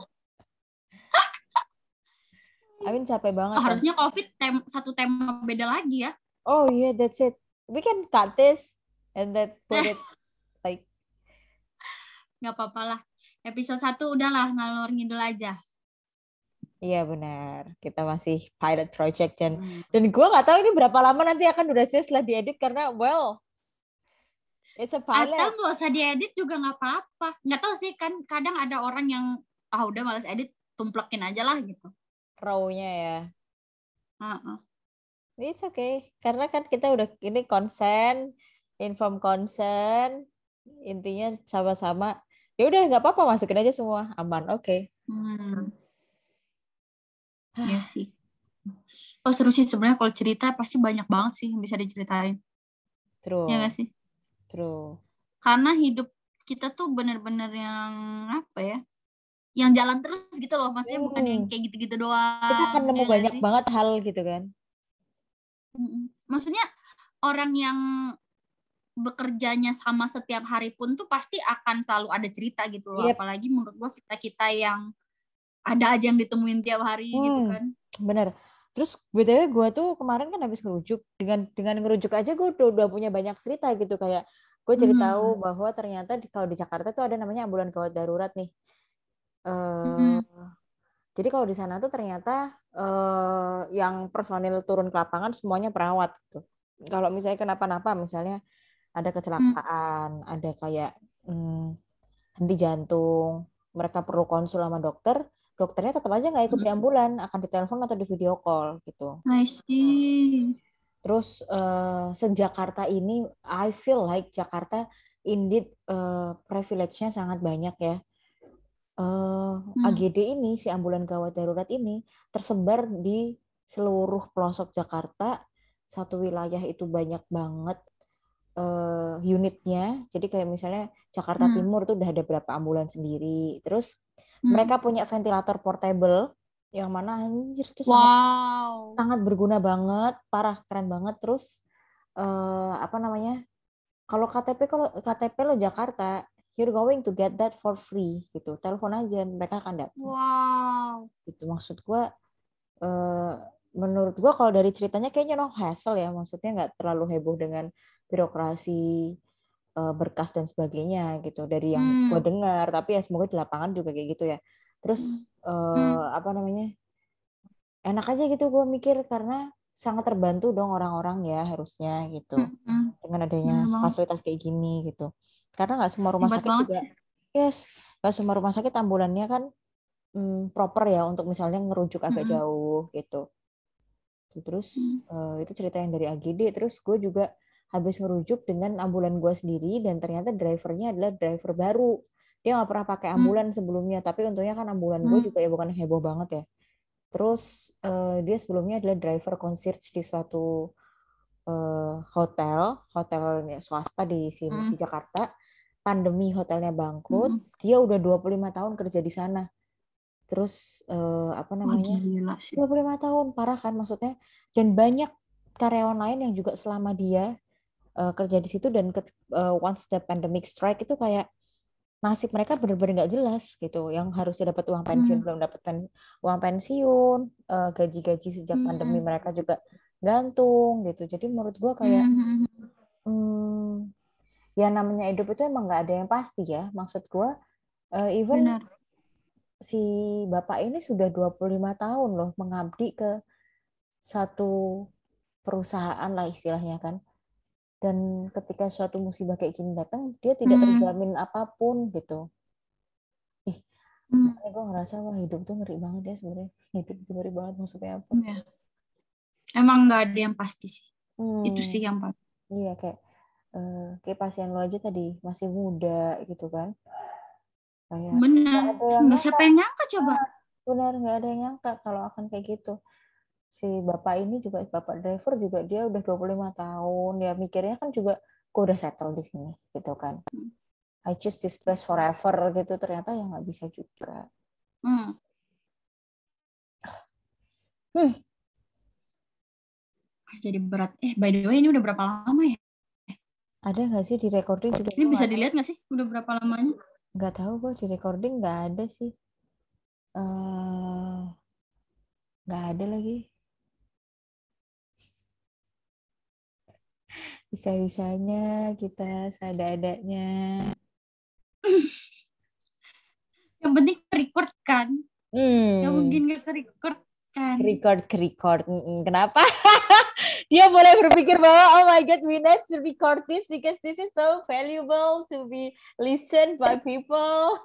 Amin capek banget. Harusnya COVID satu tema beda lagi ya. Oh yeah, that's it. We can cut this and then put it like. Nggak apa-apa lah. Episode 1 udahlah ngalor ngidul aja. Iya benar, kita masih pilot project dan gue nggak tahu ini berapa lama nanti akan durasinya setelah diedit karena It's a Atau pilot. nggak usah diedit juga nggak apa-apa. Nggak tahu sih, kan kadang ada orang yang udah malas edit, tumplekin aja lah gitu. Raw-nya ya. Uh-uh. It's okay. Karena kan kita udah ini konsen, inform consent, intinya sama-sama. Ya udah nggak apa-apa, masukin aja semua, aman. Oke. Iya sih. Oh seru sih sebenarnya, kalau cerita pasti banyak banget sih yang bisa diceritain. True. Ya nggak sih? True. Karena hidup kita tuh bener-bener yang apa ya? Yang jalan terus gitu loh. Maksudnya bukan yang kayak gitu-gitu doang. Kita akan nemu ya banyak banget hal gitu kan. Maksudnya orang yang bekerjanya sama setiap hari pun tuh pasti akan selalu ada cerita gitu loh. Yep. Apalagi menurut gua kita yang ada aja yang ditemuin tiap hari gitu kan. Bener. Terus BTW gue tuh kemarin kan habis ngerujuk. Dengan ngerujuk aja gue udah punya banyak cerita gitu. Kayak gue jadi tahu bahwa ternyata kalau di Jakarta tuh ada namanya ambulan gawat darurat nih. Jadi kalau di sana tuh ternyata yang personil turun ke lapangan semuanya perawat gitu. Kalau misalnya kenapa-napa, misalnya ada kecelakaan, ada kayak henti jantung, mereka perlu konsul sama dokter, dokternya tetap aja nggak ikut di ambulan, akan ditelepon atau di video call gitu. I see. Terus se-Jakarta ini, I feel like Jakarta indeed privilege-nya sangat banyak ya. AGD ini, si ambulan gawat darurat ini, tersebar di seluruh pelosok Jakarta. Satu wilayah itu banyak banget unitnya. Jadi kayak misalnya Jakarta Timur tuh udah ada berapa ambulan sendiri. Terus mereka punya ventilator portable yang mana anjir tuh sangat berguna banget, parah keren banget. Terus apa namanya? Kalau KTP lo Jakarta, you're going to get that for free gitu. Telepon aja, mereka akan datang. Wow. Gitu maksud gue. Menurut gue kalau dari ceritanya kayaknya no hassle ya, maksudnya nggak terlalu heboh dengan birokrasi, berkas dan sebagainya gitu dari yang gue dengar. Tapi ya semoga di lapangan juga kayak gitu ya. Terus apa namanya, enak aja gitu gue mikir, karena sangat terbantu dong orang-orang ya harusnya gitu dengan adanya fasilitas kayak gini gitu. Karena nggak semua rumah sakit juga, nggak semua rumah sakit ambulannya kan proper ya untuk misalnya ngerujuk agak jauh gitu. Terus itu cerita yang dari AGD. Terus gue juga habis ngerujuk dengan ambulan gue sendiri, dan ternyata drivernya adalah driver baru. Dia nggak pernah pakai ambulan sebelumnya, tapi untungnya kan ambulan gue juga ya bukan heboh banget ya. Terus dia sebelumnya adalah driver concierge di suatu hotelnya swasta di sini di Jakarta. Pandemi hotelnya bangkrut, dia udah 25 tahun kerja di sana. Terus apa namanya? 25 tahun, parah kan maksudnya. Dan banyak karyawan lain yang juga selama dia kerja di situ, dan once the pandemic strike itu kayak nasib mereka benar-benar nggak jelas gitu. Yang harusnya dapat uang pensiun belum dapat uang pensiun, gaji-gaji sejak pandemi mereka juga gantung gitu. Jadi menurut gue kayak ya namanya hidup itu emang nggak ada yang pasti ya. Maksud gue even si bapak ini sudah 25 tahun loh mengabdi ke satu perusahaan lah istilahnya kan. Dan ketika suatu musibah kayak gini datang, dia tidak terjamin apapun gitu. Makanya gue ngerasa wah hidup tuh ngeri banget ya sebenarnya. Hidup tuh ngeri banget, maksudnya apa? Ya. Emang nggak ada yang pasti sih. Itu sih yang pasti. Iya, kayak pasien lo aja tadi masih muda gitu kan. Kayak benar. Nggak siapa yang nyangka coba. Benar, nggak ada yang nyangka kalau akan kayak gitu. Si bapak ini juga, bapak driver juga, dia udah 25 tahun. Ya mikirnya kan juga, gue udah settle di sini gitu kan. I choose this place forever gitu. Ternyata ya nggak bisa juga. Jadi berat. By the way ini udah berapa lama ya? Ada nggak sih di recording juga? Ini bisa dilihat nggak sih udah berapa lamanya? Nggak tahu gue, di recording nggak ada sih. Nggak ada lagi. Bisa-bisanya kita seadanya. Yang penting record kan? Nggak mungkin nggak record. kan. Record. Kenapa? Dia boleh berpikir bahwa oh my god, we need to record this because this is so valuable to be listened by people.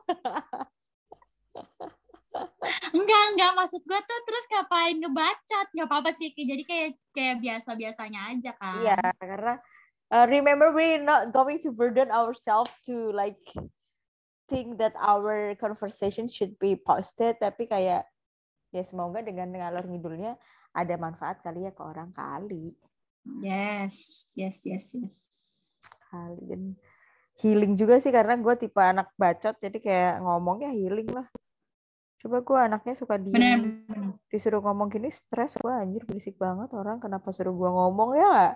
Enggak, maksud gue tuh terus ngapain ngebacot, nggak apa-apa sih, jadi kayak biasa-biasanya aja kan. Iya, karena remember we're not going to burden ourselves to like think that our conversation should be posted, tapi kayak ya semoga dengan ngalor ngidulnya ada manfaat kali ya ke orang kali. Yes. Kali dan healing juga sih karena gue tipe anak bacot jadi kayak ngomongnya healing lah. Coba gue anaknya suka diem, disuruh ngomong gini stres gue, anjir berisik banget orang, kenapa suruh gue ngomong ya nggak?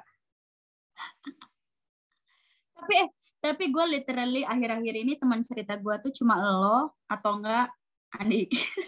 Tapi gue literally akhir-akhir ini teman cerita gue tuh cuma lo atau enggak Andi.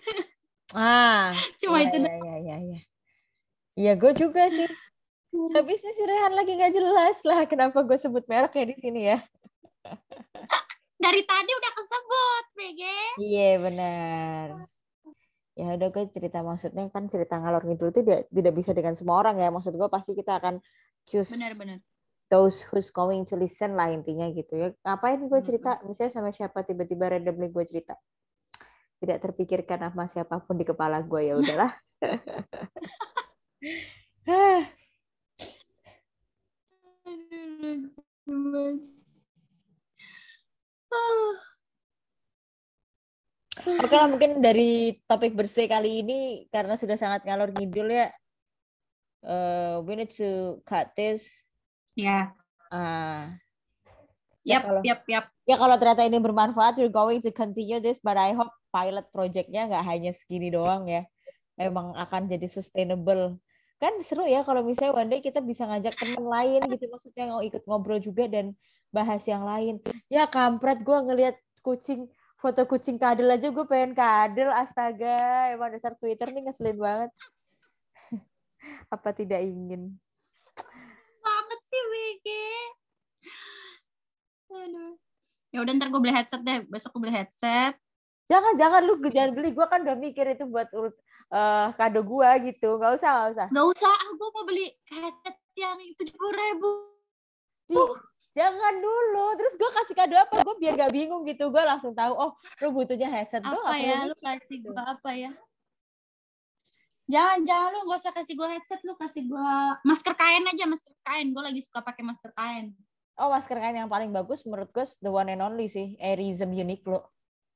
Cuma iya, itu. Iya. Iya gue juga sih. Habisnya si Rehan lagi nggak jelas lah kenapa gue sebut mereknya di sini ya. Dari tadi udah kesebut, BG. Iya benar. Ya udah gue cerita, maksudnya kan cerita ngalor ngidul itu tidak bisa dengan semua orang ya. Maksud gue pasti kita akan choose Benar. those who's going to listen lah intinya gitu ya. Ngapain gue cerita misalnya sama siapa, tiba-tiba randomly gue cerita. Tidak terpikirkan sama siapapun di kepala gue, ya udahlah. Oke lah, mungkin dari topik bersih kali ini karena sudah sangat ngalor ngidul ya, we need to cut this. Ya. Yap. Ya kalau ternyata ini bermanfaat, we're going to continue this, but I hope pilot project-nya nggak hanya segini doang ya. Emang akan jadi sustainable. Kan seru ya kalau misalnya one day kita bisa ngajak temen lain gitu, maksudnya mau ikut ngobrol juga dan bahas yang lain. Ya kampret, gue ngelihat foto kucing kadel aja gue pengen kadel, astaga. Emang dasar Twitter nih ngeselin banget. Apa tidak ingin? Banget sih, WG. Aduh. Ya udah ntar gue beli headset deh. Besok gue beli headset. Jangan lu jangan beli. Gue kan udah mikir itu buat kado gue gitu. Gak usah. Gak usah, gue mau beli headset yang 70.000. Jangan dulu. Terus gue kasih kado apa? Gue biar gak bingung gitu. Gue langsung tahu, oh lu butuhnya headset. Gue apa ya? Lu kasih gue apa ya? Jangan lu gak usah kasih gue headset. Lu kasih gue masker kain aja. Masker kain. Gue lagi suka pakai masker kain. Oh, masker kain yang paling bagus menurut gue the one and only sih. Airism Uniqlo.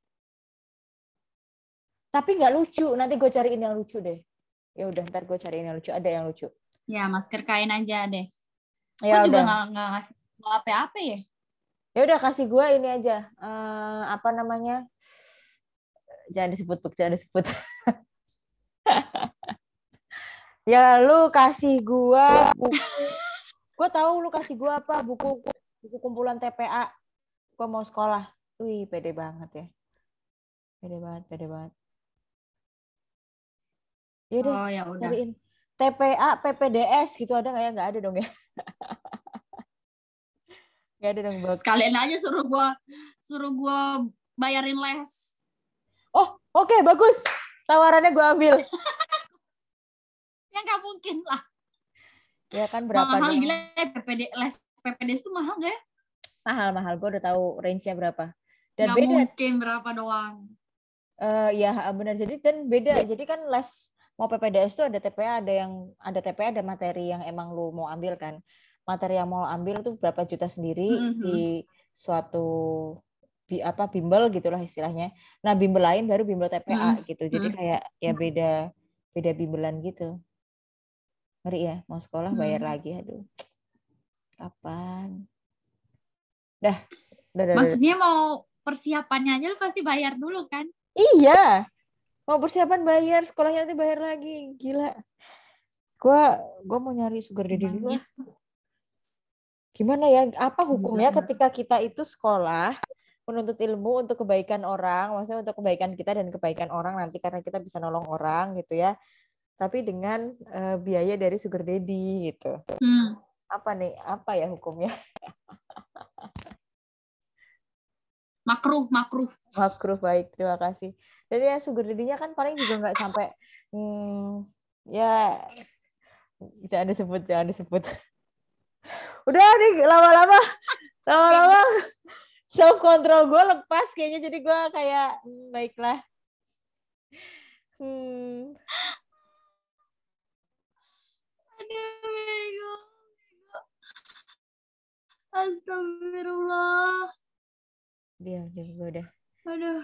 Tapi nggak lucu. Nanti gue cariin yang lucu deh. Ya udah, ntar gue cariin yang lucu. Ada yang lucu. Ya, masker kain aja deh. Ya gue juga nggak ngasih apa-apa ya. Ya udah, kasih gue ini aja. Apa namanya? Jangan disebut. Ya lu kasih gue buku. Gue tahu lu kasih gue apa, buku kumpulan TPA. Gue mau sekolah. Wih, pede banget ya. Pede banget. Ya deh, ya udah. cariin TPA, PPDS gitu ada nggak ya? Nggak ada dong ya. Nggak ada dong, Bok. Sekalian aja suruh gue bayarin les. Oh, oke, bagus. Tawarannya gue ambil. Ya nggak mungkin lah. Ya kan berapa mahal doang? Gila, les PPDS itu mahal nggak ya? Mahal. Gue udah tahu range-nya berapa. Dan nggak beda. Mungkin berapa doang. Ya benar. Jadi dan beda. Jadi kan les mau PPDS tuh ada TPA, ada TPA, ada materi yang emang lu mau ambil kan. Materi yang mau ambil tuh berapa juta sendiri di suatu bimbel gitulah istilahnya. Nah, bimbel lain baru bimbel TPA gitu. Jadi kayak ya beda bimbelan gitu. Ngeri ya, mau sekolah bayar lagi, aduh. Kapan? Udah. Maksudnya mau persiapannya aja lu pasti bayar dulu kan? Iya. Mau persiapan bayar, sekolahnya nanti bayar lagi. Gila. Gua mau nyari sugar daddy dulu lah. Gimana ya? Apa hukumnya ketika kita itu sekolah menuntut ilmu untuk kebaikan orang, maksudnya untuk kebaikan kita dan kebaikan orang nanti karena kita bisa nolong orang gitu ya. Tapi dengan biaya dari sugar daddy gitu. Apa nih? Apa ya hukumnya? Makruh. Makruh, baik. Terima kasih. Jadi ya sugar daddy-nya kan paling juga nggak sampai Ya, jangan disebut. Udah nih, lama-lama self control gue lepas kayaknya, jadi gue kayak baiklah. Aduh, bego. Astagfirullah. Diam gue udah. Aduh.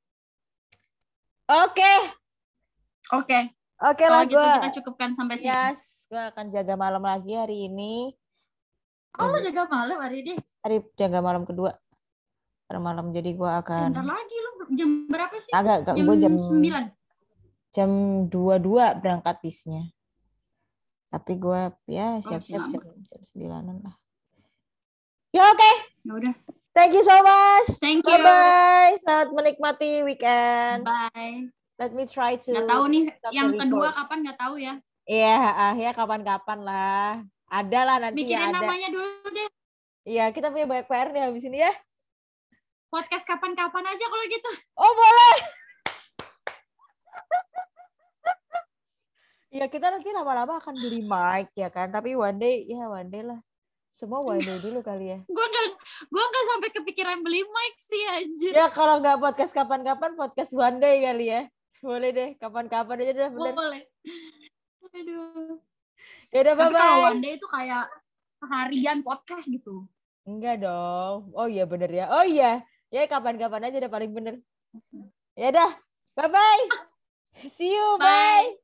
Oke Kalau lah gitu gue. kita cukupkan sampai sini. Yes, gue akan jaga malam lagi hari ini. Lo jaga malam hari ini? Hari jaga malam kedua. Malam, jadi gue akan. Bentar lagi, lo jam berapa sih? Gue jam 9. Jam 22 berangkat bisnya. Tapi gue ya siap-siap jam 9-an lah. Ya oke. Ya udah. Thank you so much. Thank you. Bye-bye. Selamat menikmati weekend. Bye. Let me try to. Nggak tahu nih, yang kedua kapan nggak tahu ya. Iya, ya kapan-kapan lah. Ada lah nanti. Mikirin ya ada. Namanya dulu deh. Iya, kita punya banyak PR nih habis ini ya. Podcast kapan-kapan aja kalau gitu. Oh boleh. Ya kita nanti lama-lama akan beli mic ya kan. Tapi one day lah. Semua one day dulu kali ya. Gue nggak sampai kepikiran beli mic sih anjir. Ya kalau nggak podcast kapan-kapan, podcast one day kali ya. Boleh deh, kapan-kapan aja udah bener. Boleh. Aduh. Ya udah, bye-bye. Tapi kalau one day itu kayak harian podcast gitu. Enggak dong. Oh iya bener ya. Oh iya. Ya kapan-kapan aja udah paling bener. Ya udah. Bye-bye. See you. Bye.